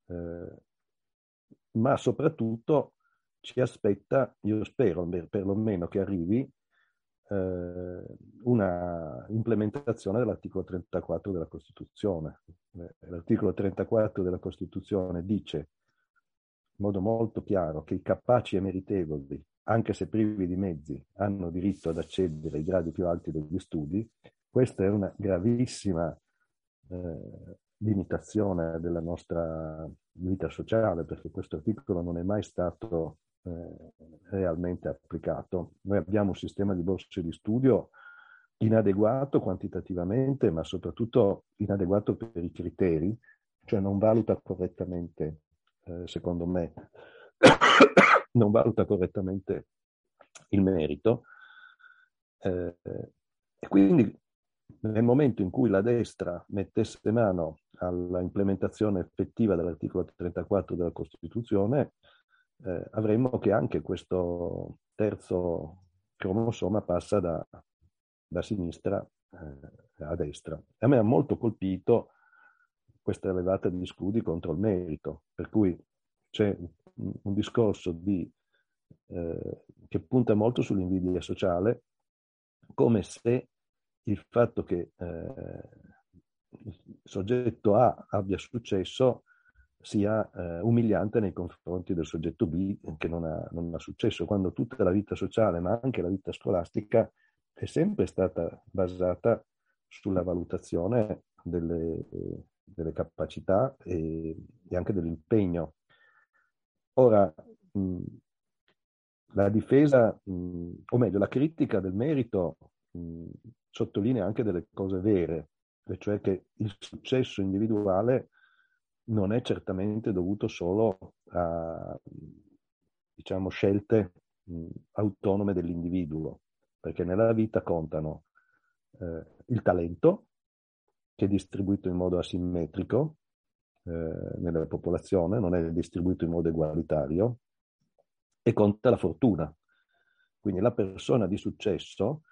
Ma soprattutto ci aspetta, io spero perlomeno che arrivi, una implementazione dell'articolo 34 della Costituzione. L'articolo 34 della Costituzione dice in modo molto chiaro che i capaci e meritevoli, anche se privi di mezzi, hanno diritto ad accedere ai gradi più alti degli studi. Questa è una gravissima limitazione della nostra vita sociale, perché questo articolo non è mai stato realmente applicato. Noi abbiamo un sistema di borse di studio inadeguato quantitativamente, ma soprattutto inadeguato per i criteri, cioè non valuta correttamente, secondo me, non valuta correttamente il merito. E quindi nel momento in cui la destra mettesse mano alla implementazione effettiva dell'articolo 34 della Costituzione, avremmo che anche questo terzo cromosoma passa da sinistra a destra. A me ha molto colpito questa levata di scudi contro il merito, per cui c'è un discorso che punta molto sull'invidia sociale, come se il fatto che il soggetto A abbia successo sia umiliante nei confronti del soggetto B che non ha successo, quando tutta la vita sociale, ma anche la vita scolastica, è sempre stata basata sulla valutazione delle capacità e anche dell'impegno. Ora, la difesa, o meglio, la critica del merito sottolinea anche delle cose vere, e cioè che il successo individuale non è certamente dovuto solo a, diciamo, scelte autonome dell'individuo, perché nella vita contano il talento, che è distribuito in modo asimmetrico nella popolazione, non è distribuito in modo egualitario, e conta la fortuna. Quindi la persona di successo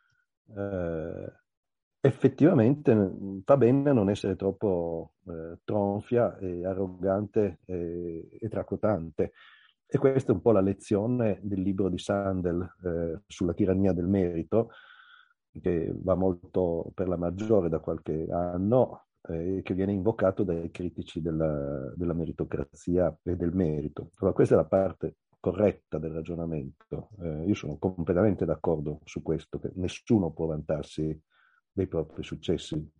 effettivamente fa bene a non essere troppo tronfia e arrogante e tracotante. E questa è un po' la lezione del libro di Sandel sulla tirannia del merito, che va molto per la maggiore da qualche anno, che viene invocato dai critici della meritocrazia e del merito. Allora, questa è la parte corretta del ragionamento. Io sono completamente d'accordo su questo, che nessuno può vantarsi dei propri successi.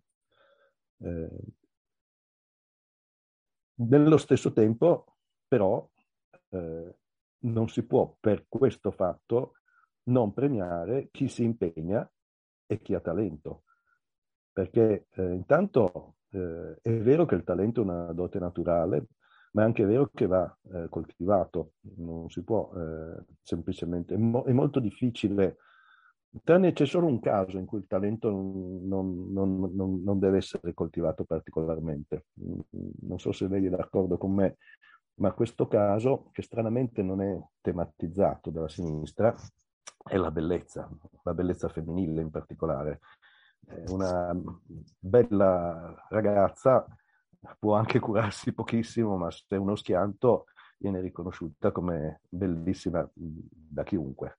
Nello stesso tempo, però, non si può per questo fatto non premiare chi si impegna e chi ha talento. Perché intanto è vero che il talento è una dote naturale, ma è anche vero che va coltivato, non si può semplicemente, è molto difficile, c'è solo un caso in cui il talento non deve essere coltivato particolarmente. Non so se lei è d'accordo con me, ma questo caso, che stranamente non è tematizzato dalla sinistra, è la bellezza femminile in particolare. Una bella ragazza può anche curarsi pochissimo, ma se è uno schianto viene riconosciuta come bellissima da chiunque.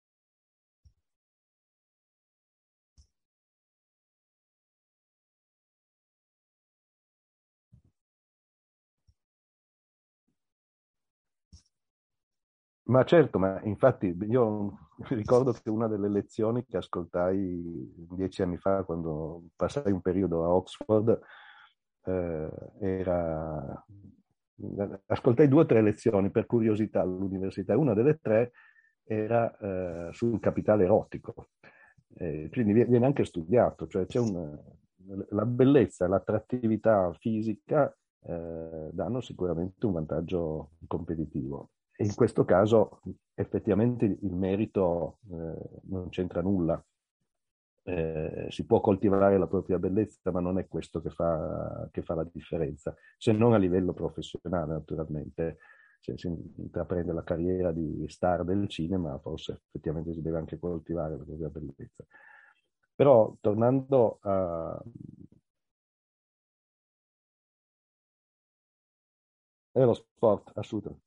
Ma certo, ma infatti io ricordo che una delle lezioni che ascoltai 10 anni fa, quando passai un periodo a Oxford, era... Ascoltai 2 o 3 lezioni per curiosità all'università. Una delle 3 era sul capitale erotico. Quindi viene anche studiato, cioè la bellezza e l'attrattività fisica danno sicuramente un vantaggio competitivo. E in questo caso effettivamente il merito non c'entra nulla. Si può coltivare la propria bellezza, ma non è questo che fa la differenza, se non a livello professionale, naturalmente. Se si intraprende la carriera di star del cinema, forse effettivamente si deve anche coltivare la propria bellezza. Però tornando a... È lo sport, assolutamente.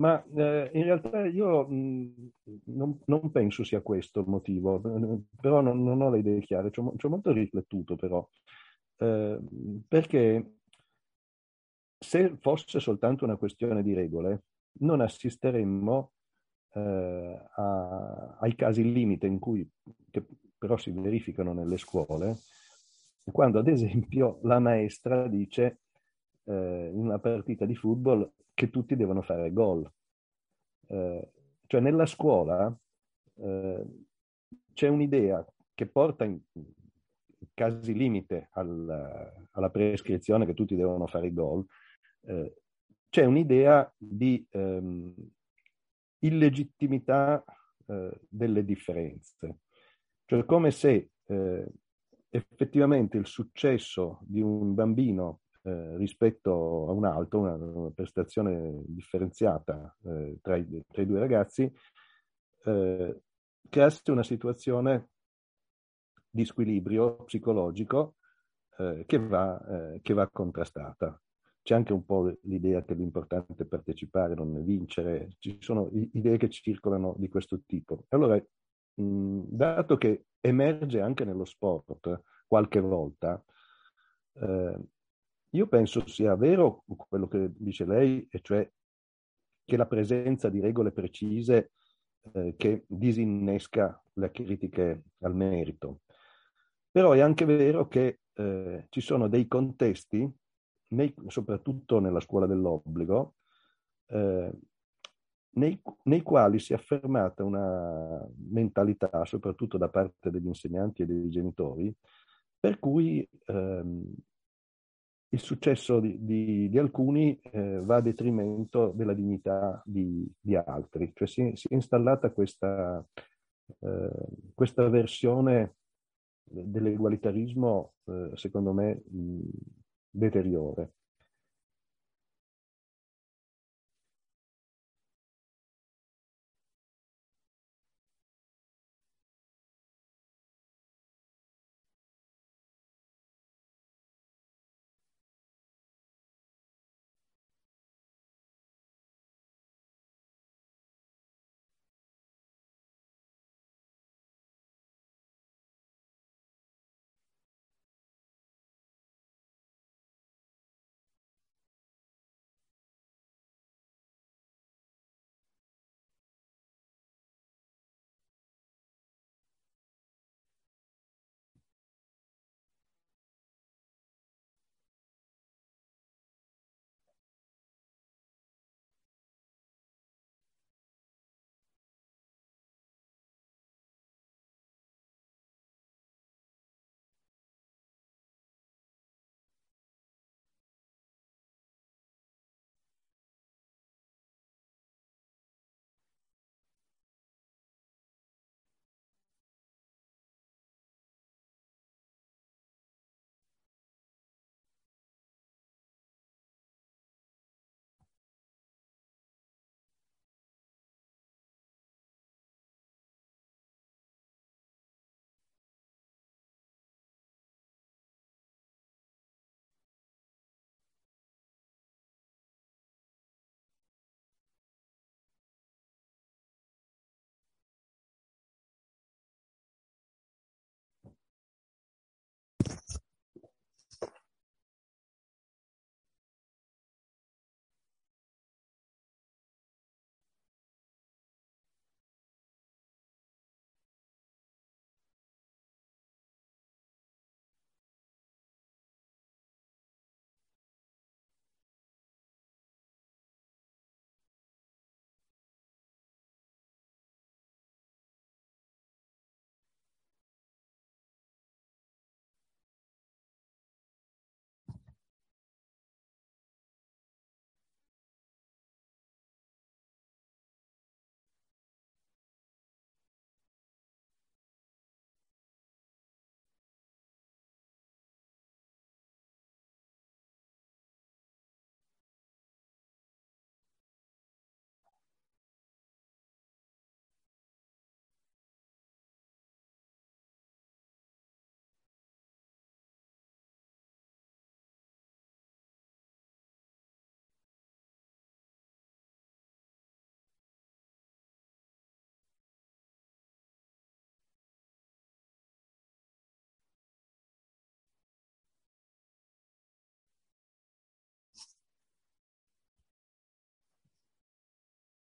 Ma in realtà io non penso sia questo il motivo, però non ho le idee chiare, ci ho molto riflettuto però, eh, perché se fosse soltanto una questione di regole, non assisteremmo ai casi limite che però si verificano nelle scuole, quando ad esempio la maestra dice in una partita di football che tutti devono fare gol. Cioè nella scuola eh, c'è un'idea che porta in casi limite alla prescrizione che tutti devono fare i gol, eh, c'è un'idea di illegittimità delle differenze. Cioè come se effettivamente il successo di un bambino rispetto a un altro, una prestazione differenziata tra i due ragazzi, eh, creasse una situazione di squilibrio psicologico che va contrastata. C'è anche un po' l'idea che l'importante è partecipare, non è vincere. Ci sono idee che circolano di questo tipo. Allora, dato che emerge anche nello sport qualche volta, eh, io penso sia vero quello che dice lei, e cioè che la presenza di regole precise che disinnesca le critiche al merito. Però è anche vero che ci sono dei contesti, soprattutto nella scuola dell'obbligo, eh, nei quali si è affermata una mentalità, soprattutto da parte degli insegnanti e dei genitori, per cui il successo di alcuni va a detrimento della dignità di altri. Cioè si è installata questa versione dell'egualitarismo, secondo me, deteriore.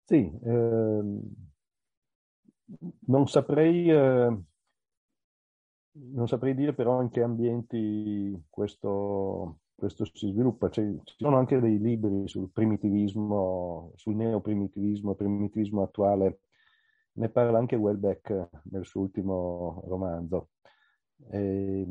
Sì, non saprei, non saprei dire però in che ambienti questo si sviluppa. Ci sono anche dei libri sul primitivismo, sul neoprimitivismo, primitivismo attuale. Ne parla anche Welbeck nel suo ultimo romanzo. E,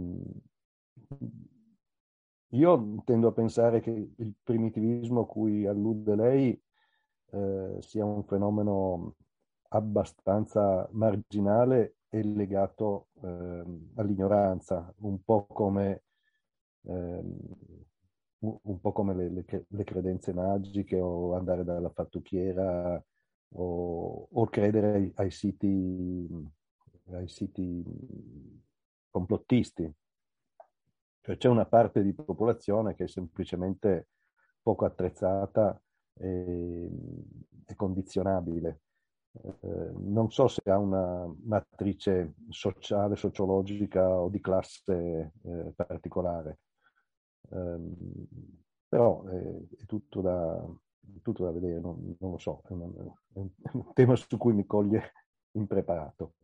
io tendo a pensare che il primitivismo a cui allude lei sia un fenomeno abbastanza marginale e legato all'ignoranza, ehm, un po' come le credenze magiche o andare dalla fattucchiera o credere ai siti complottisti. Cioè c'è una parte di popolazione che è semplicemente poco attrezzata e, e condizionabile. Non so se ha una matrice sociale, sociologica o di classe particolare. Ehm, Però è tutto da vedere, non lo so, è un tema su cui mi coglie impreparato.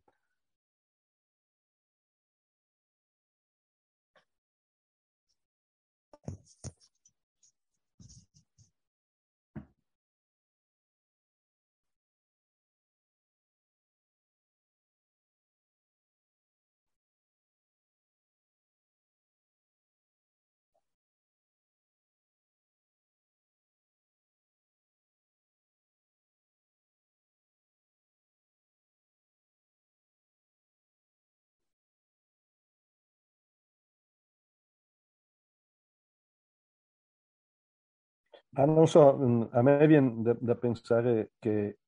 Ma non so, a me viene da pensare che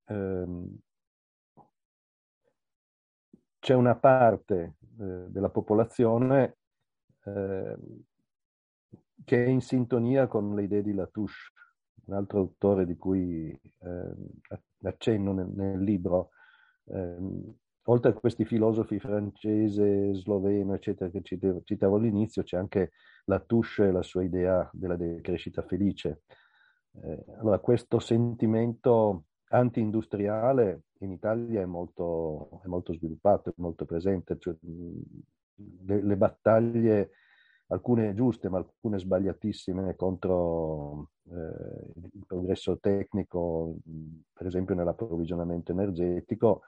c'è una parte della popolazione eh, che è in sintonia con le idee di Latouche, un altro autore di cui accenno nel libro. Oltre a questi filosofi francese, sloveno, eccetera, che citavo all'inizio, c'è anche Latouche e la sua idea della decrescita felice. Allora, questo sentimento anti-industriale in Italia è molto sviluppato, è molto presente. Cioè, le battaglie, alcune giuste, ma alcune sbagliatissime contro il progresso tecnico, per esempio nell'approvvigionamento energetico,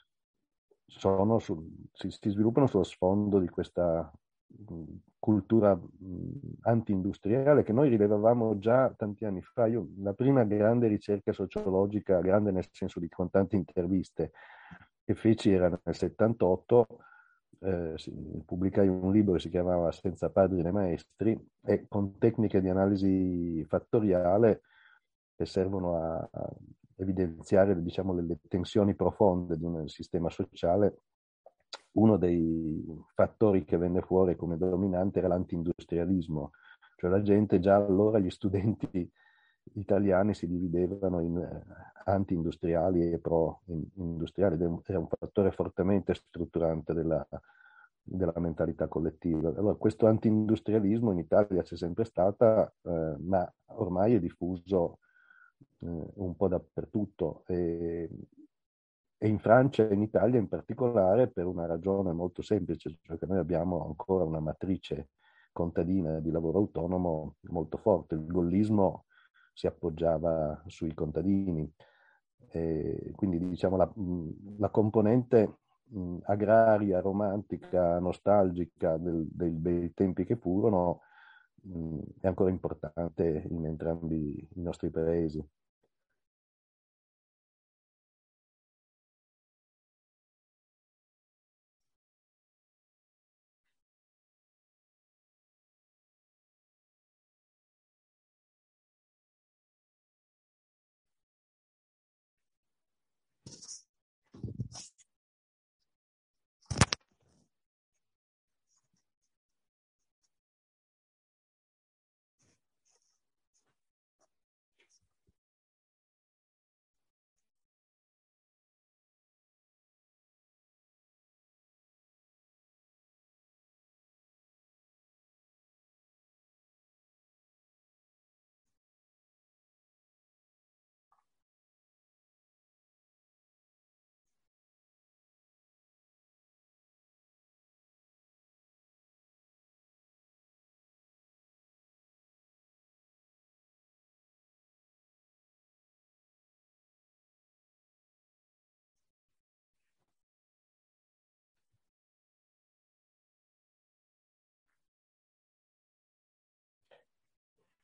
si sviluppano sullo sfondo di questa cultura anti-industriale che noi rilevavamo già tanti anni fa. Io, la prima grande ricerca sociologica, grande nel senso di con tante interviste, che feci era nel 78, pubblicai un libro che si chiamava Senza padri né maestri e con tecniche di analisi fattoriale che servono a evidenziare, diciamo, le tensioni profonde di un sistema sociale. Uno dei fattori che venne fuori come dominante era l'anti-industrialismo, cioè la gente già allora, gli studenti italiani si dividevano in anti-industriali e pro-industriali, ed era un fattore fortemente strutturante della mentalità collettiva. Allora, questo anti-industrialismo in Italia c'è sempre stata, ma ormai è diffuso un po' dappertutto. E in Francia e in Italia in particolare per una ragione molto semplice, cioè che noi abbiamo ancora una matrice contadina di lavoro autonomo molto forte. Il gollismo si appoggiava sui contadini. E quindi diciamo la componente agraria, romantica, nostalgica dei bei tempi che furono è ancora importante in entrambi i nostri paesi.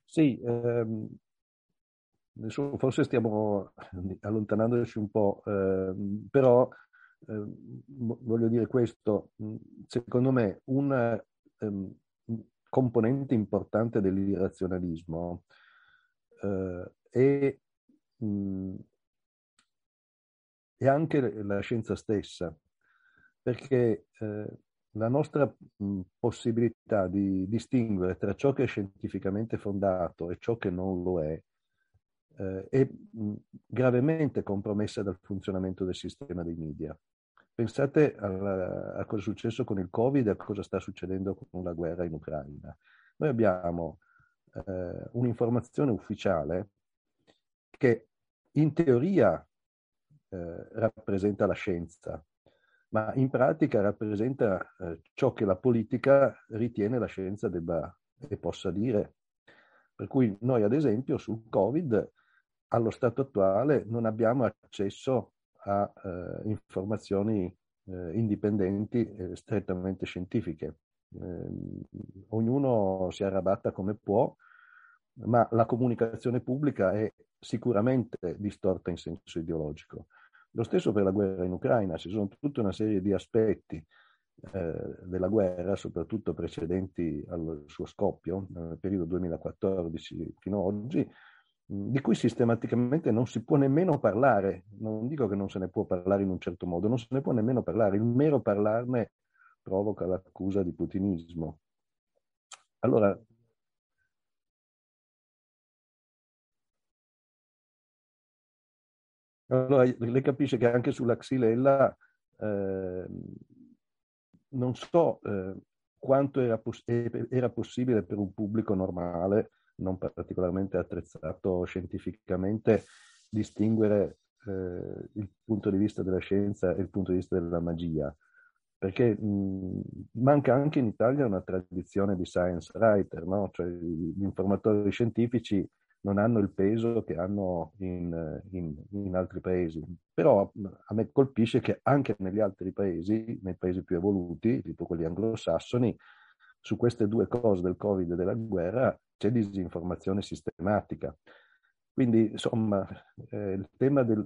Sì, adesso forse stiamo allontanandoci un po', però voglio dire questo, secondo me ehm, un componente importante dell'irrazionalismo è, mh, è anche la scienza stessa, perché la nostra possibilità di distinguere tra ciò che è scientificamente fondato e ciò che non lo è gravemente compromessa dal funzionamento del sistema dei media. Pensate a cosa è successo con il Covid e a cosa sta succedendo con la guerra in Ucraina. Noi abbiamo un'informazione ufficiale che in teoria rappresenta la scienza, ma in pratica rappresenta ciò che la politica ritiene la scienza debba e possa dire. Per cui noi, ad esempio, sul Covid, allo stato attuale, non abbiamo accesso a informazioni indipendenti e strettamente scientifiche. Ognuno si arrabatta come può, ma la comunicazione pubblica è sicuramente distorta in senso ideologico. Lo stesso per la guerra in Ucraina, ci sono tutta una serie di aspetti della guerra, soprattutto precedenti al suo scoppio, nel periodo 2014 fino ad oggi, di cui sistematicamente non si può nemmeno parlare. Non dico che non se ne può parlare in un certo modo, non se ne può nemmeno parlare. Il mero parlarne provoca l'accusa di putinismo. Allora, allora lei capisce che anche sulla Xylella eh, non so quanto era possibile per un pubblico normale, non particolarmente attrezzato scientificamente, distinguere il punto di vista della scienza e il punto di vista della magia. Perché manca anche in Italia una tradizione di science writer, no? Cioè gli informatori scientifici non hanno il peso che hanno in altri paesi. Però a me colpisce che anche negli altri paesi, nei paesi più evoluti, tipo quelli anglosassoni, su queste due cose del Covid e della guerra c'è disinformazione sistematica. Quindi, insomma, il tema del...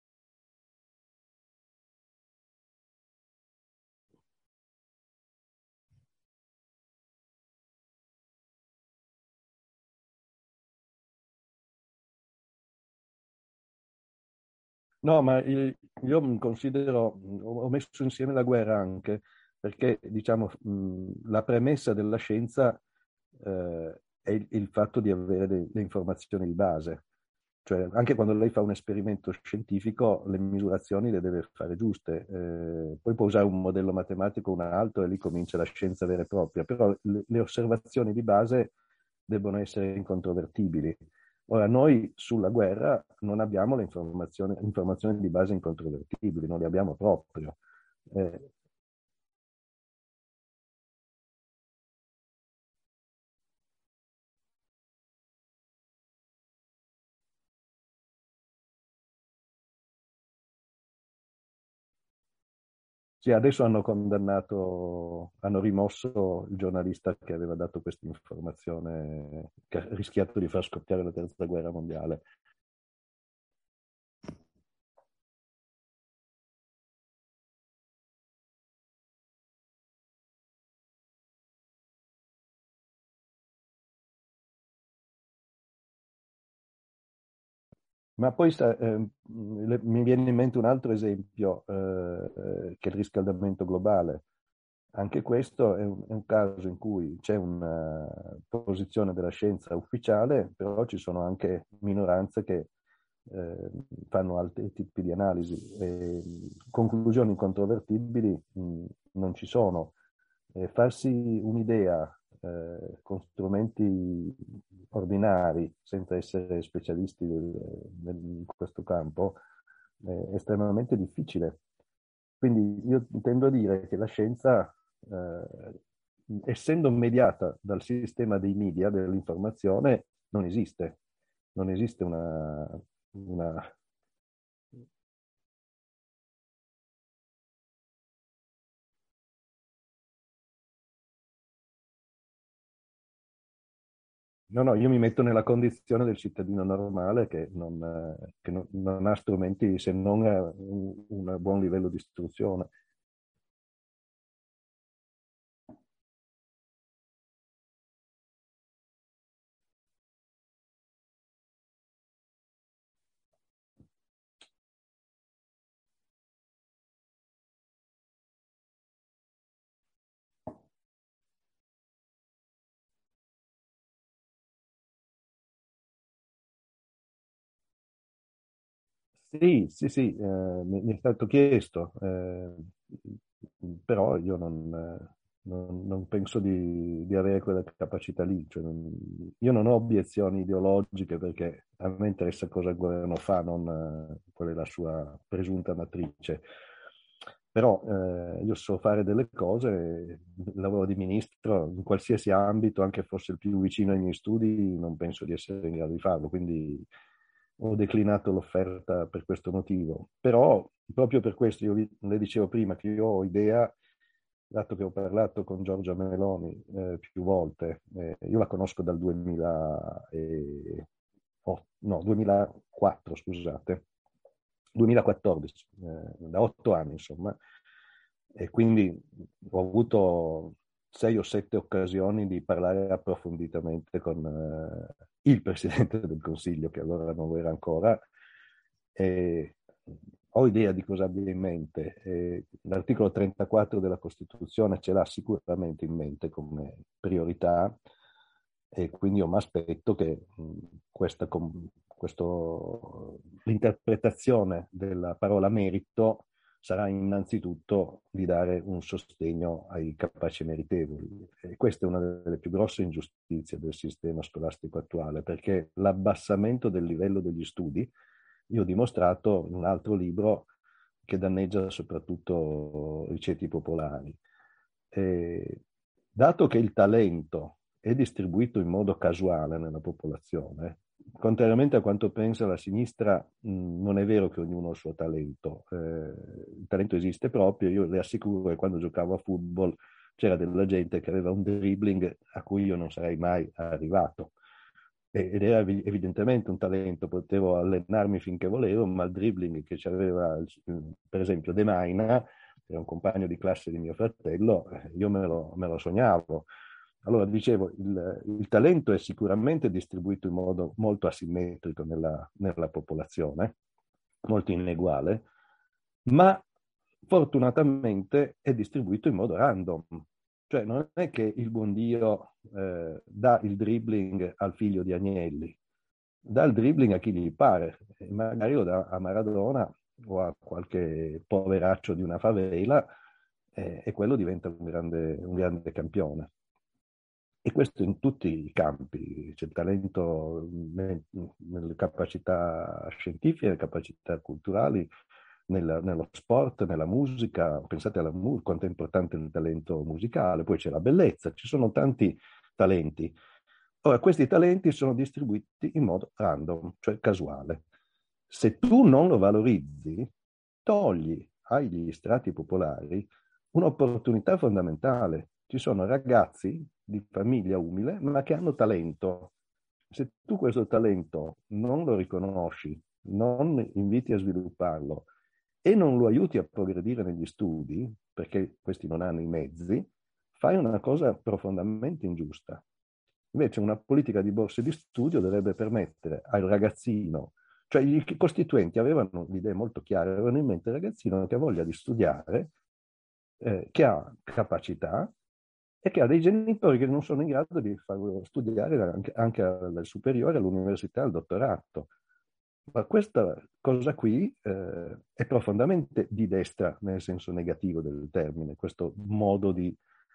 No, ma io considero, ho messo insieme la guerra anche perché, diciamo, la premessa della scienza è il fatto di avere le informazioni di base. Cioè, anche quando lei fa un esperimento scientifico, le misurazioni le deve fare giuste. Poi può usare un modello matematico o un altro e lì comincia la scienza vera e propria, però le osservazioni di base debbono essere incontrovertibili. Ora, noi sulla guerra non abbiamo le informazioni di base incontrovertibili, non le abbiamo proprio. Eh, sì, adesso hanno condannato, hanno rimosso il giornalista che aveva dato questa informazione, che ha rischiato di far scoppiare la terza guerra mondiale. Ma poi mi viene in mente un altro esempio, che è il riscaldamento globale. Anche questo è un caso in cui c'è una posizione della scienza ufficiale, però ci sono anche minoranze che eh, fanno altri tipi di analisi. E conclusioni incontrovertibili non ci sono. Farsi un'idea con strumenti ordinari, senza essere specialisti in questo campo, è estremamente difficile. Quindi io tendo a dire che la scienza, essendo mediata dal sistema dei media, dell'informazione, non esiste. Non esiste una... No, no, io mi metto nella condizione del cittadino normale che non ha strumenti se non un buon livello di istruzione. Sì, sì, sì, mi è stato chiesto, però io non penso di avere quella capacità lì. Cioè, io non ho obiezioni ideologiche perché a me interessa cosa il governo fa, non qual è la sua presunta matrice. Però io so fare delle cose, il lavoro di ministro in qualsiasi ambito, anche fosse il più vicino ai miei studi, non penso di essere in grado di farlo, quindi ho declinato l'offerta per questo motivo. Però proprio per questo io le dicevo prima che io ho idea, dato che ho parlato con Giorgia Meloni più volte, io la conosco dal 2004, scusate, 2014, da 8 anni insomma, e quindi ho avuto 6 o 7 occasioni di parlare approfonditamente con il Presidente del Consiglio, che allora non lo era ancora, e ho idea di cosa abbia in mente. L'articolo 34 della Costituzione ce l'ha sicuramente in mente come priorità e quindi io mi aspetto che l'interpretazione della parola merito sarà innanzitutto di dare un sostegno ai capaci e meritevoli. E questa è una delle più grosse ingiustizie del sistema scolastico attuale, perché l'abbassamento del livello degli studi, io ho dimostrato in un altro libro, che danneggia soprattutto i ceti popolari. E, dato che il talento è distribuito in modo casuale nella popolazione, contrariamente a quanto pensa la sinistra, non è vero che ognuno ha il suo talento. Il talento esiste proprio. Io le assicuro che quando giocavo a football c'era della gente che aveva un dribbling a cui io non sarei mai arrivato. Ed era evidentemente un talento, potevo allenarmi finché volevo, ma il dribbling che c'aveva, per esempio, De Maina, che era un compagno di classe di mio fratello, io me lo sognavo. Allora, dicevo, il talento è sicuramente distribuito in modo molto asimmetrico nella popolazione, molto ineguale, ma fortunatamente è distribuito in modo random. Cioè non è che il buon Dio dà il dribbling al figlio di Agnelli, dà il dribbling a chi gli pare, e magari lo dà a Maradona o a qualche poveraccio di una favela e quello diventa un grande campione. E questo in tutti i campi, c'è il talento nelle capacità scientifiche, nelle capacità culturali, nello sport, nella musica. Pensate alla musica, quanto è importante il talento musicale, poi c'è la bellezza, ci sono tanti talenti. Ora, questi talenti sono distribuiti in modo random, cioè casuale. Se tu non lo valorizzi, togli agli strati popolari un'opportunità fondamentale. Ci sono ragazzi di famiglia umile, ma che hanno talento. Se tu questo talento non lo riconosci, non inviti a svilupparlo e non lo aiuti a progredire negli studi, perché questi non hanno i mezzi, fai una cosa profondamente ingiusta. Invece una politica di borse di studio dovrebbe permettere al ragazzino, cioè i costituenti avevano l'idea molto chiara, avevano in mente il ragazzino che ha voglia di studiare, che ha capacità e che ha dei genitori che non sono in grado di farlo studiare anche al superiore, all'università, al dottorato. Ma questa cosa qui è profondamente di destra nel senso negativo del termine, questo modo di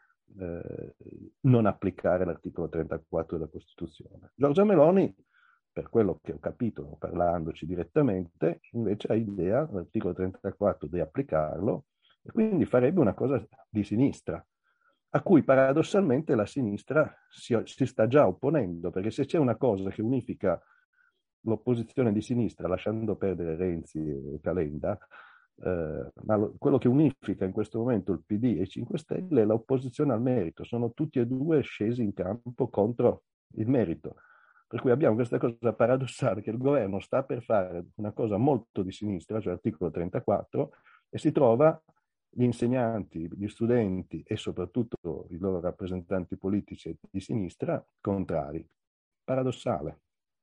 non applicare l'articolo 34 della Costituzione. Giorgia Meloni, per quello che ho capito parlandoci direttamente, invece ha idea, l'articolo 34, di applicarlo e quindi farebbe una cosa di sinistra, a cui paradossalmente la sinistra si sta già opponendo, perché se c'è una cosa che unifica l'opposizione di sinistra, lasciando perdere Renzi e Calenda, ma quello che unifica in questo momento il PD e i 5 Stelle è l'opposizione al merito. Sono tutti e due scesi in campo contro il merito. Per cui abbiamo questa cosa paradossale che il governo sta per fare una cosa molto di sinistra, cioè l'articolo 34, e si trova gli insegnanti, gli studenti e soprattutto i loro rappresentanti politici di sinistra contrari. Paradossale.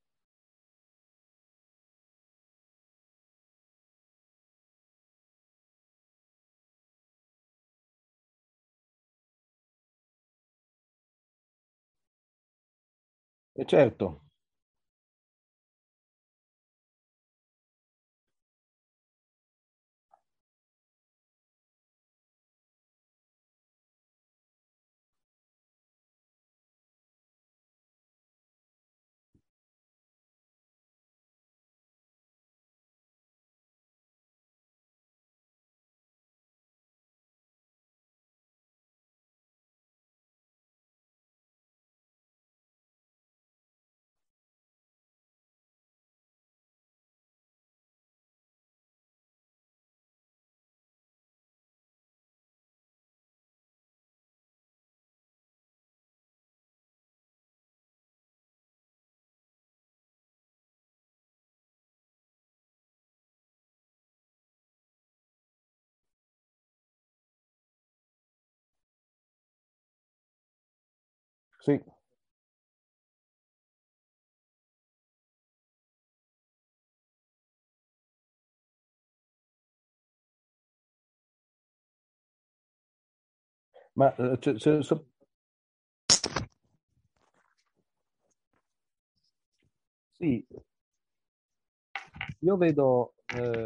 E certo, sì, ma sì, io vedo,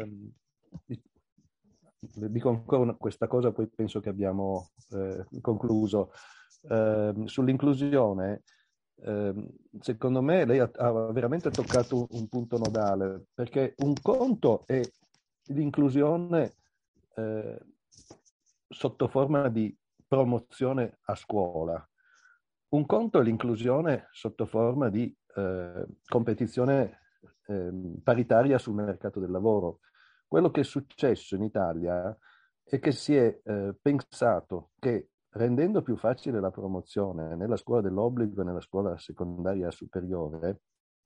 dico ancora questa cosa, poi penso che abbiamo concluso. Sull'inclusione, secondo me lei ha veramente toccato un punto nodale, perché un conto è l'inclusione eh, sotto forma di promozione a scuola. Un conto è l'inclusione sotto forma di competizione paritaria sul mercato del lavoro. Quello che è successo in Italia è che si è pensato che rendendo più facile la promozione nella scuola dell'obbligo e nella scuola secondaria superiore,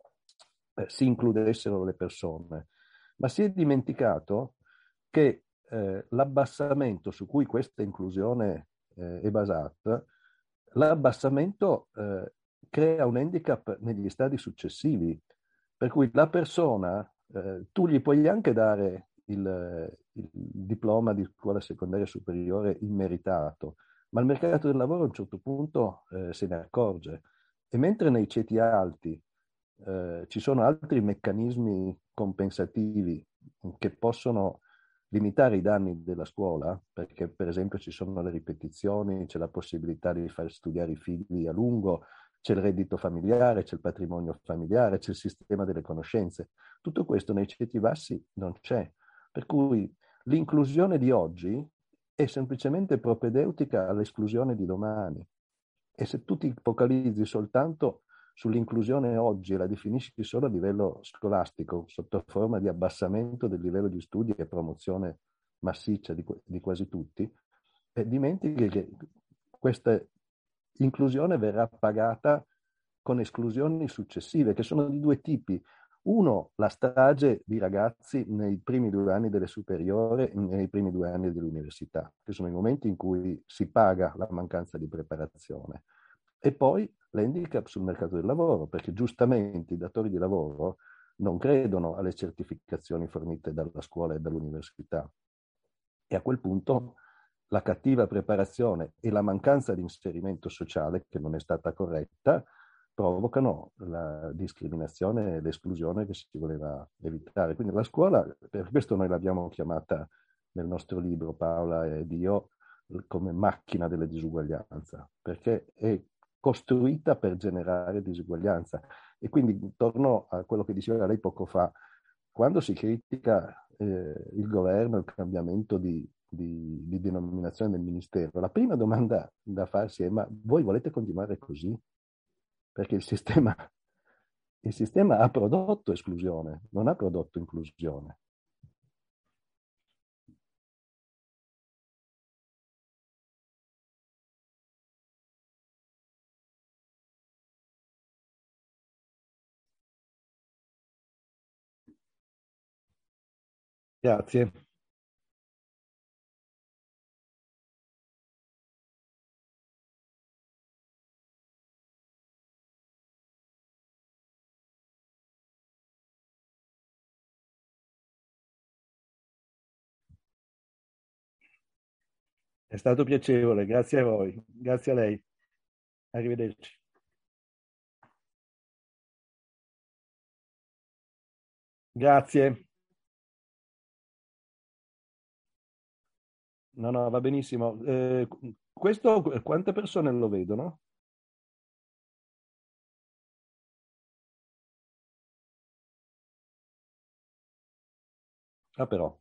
si includessero le persone, ma si è dimenticato che l'abbassamento su cui questa inclusione è basata, l'abbassamento crea un handicap negli stadi successivi, per cui la persona, tu gli puoi anche dare il diploma di scuola secondaria superiore immeritato, ma il mercato del lavoro a un certo punto se ne accorge. E mentre nei ceti alti ci sono altri meccanismi compensativi che possono limitare i danni della scuola, perché per esempio ci sono le ripetizioni, c'è la possibilità di far studiare i figli a lungo, c'è il reddito familiare, c'è il patrimonio familiare, c'è il sistema delle conoscenze. Tutto questo nei ceti bassi non c'è. Per cui l'inclusione di oggi è semplicemente propedeutica all'esclusione di domani. E se tu ti focalizzi soltanto sull'inclusione oggi e la definisci solo a livello scolastico, sotto forma di abbassamento del livello di studi e promozione massiccia di quasi tutti, dimentichi che questa inclusione verrà pagata con esclusioni successive, che sono di due tipi. Uno, la strage di ragazzi nei primi 2 anni delle superiori e nei primi 2 anni dell'università, che sono i momenti in cui si paga la mancanza di preparazione. E poi l'handicap sul mercato del lavoro, perché giustamente i datori di lavoro non credono alle certificazioni fornite dalla scuola e dall'università. E a quel punto la cattiva preparazione e la mancanza di inserimento sociale, che non è stata corretta, provocano la discriminazione e l'esclusione che si voleva evitare. Quindi la scuola, per questo noi l'abbiamo chiamata nel nostro libro, Paola ed io, come macchina della disuguaglianza, perché è costruita per generare disuguaglianza. E quindi torno a quello che diceva lei poco fa, quando si critica il governo, il cambiamento di denominazione del ministero, la prima domanda da farsi è: ma voi volete continuare così? Perché il sistema ha prodotto esclusione, non ha prodotto inclusione. Grazie. È stato piacevole, grazie a voi, grazie a lei. Arrivederci. Grazie. No, no, va benissimo. Questo quante persone lo vedono? Ah, però.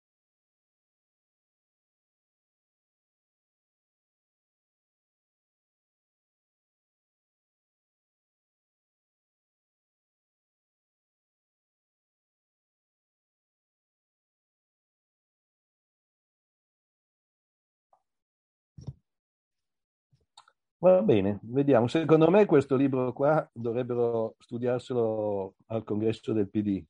Va bene, vediamo. Secondo me questo libro qua dovrebbero studiarselo al congresso del PD.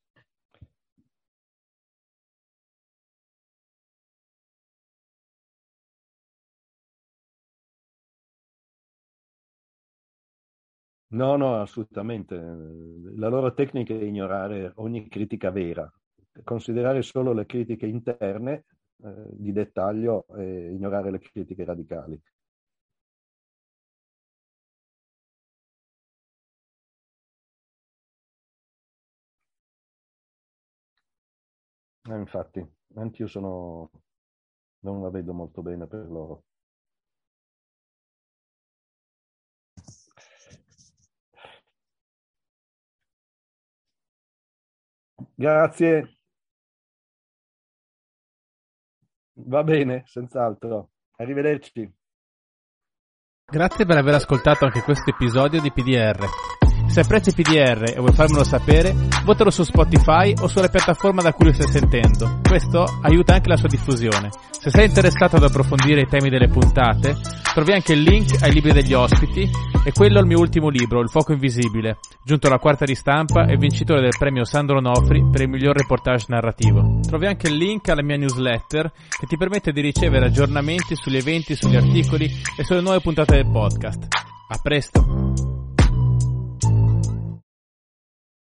No, no, assolutamente. La loro tecnica è ignorare ogni critica vera, considerare solo le critiche interne, di dettaglio e ignorare le critiche radicali. Infatti, anch'io non la vedo molto bene per loro. Grazie, va bene, senz'altro. Arrivederci. Grazie per aver ascoltato anche questo episodio di PDR. Se apprezzi PDR e vuoi farmelo sapere, votalo su Spotify o sulla piattaforma da cui lo stai sentendo. Questo aiuta anche la sua diffusione. Se sei interessato ad approfondire i temi delle puntate, trovi anche il link ai libri degli ospiti e quello al mio ultimo libro, Il fuoco invisibile, giunto alla quarta ristampa e vincitore del premio Sandro Nofri per il miglior reportage narrativo. Trovi anche il link alla mia newsletter che ti permette di ricevere aggiornamenti sugli eventi, sugli articoli e sulle nuove puntate del podcast. A presto!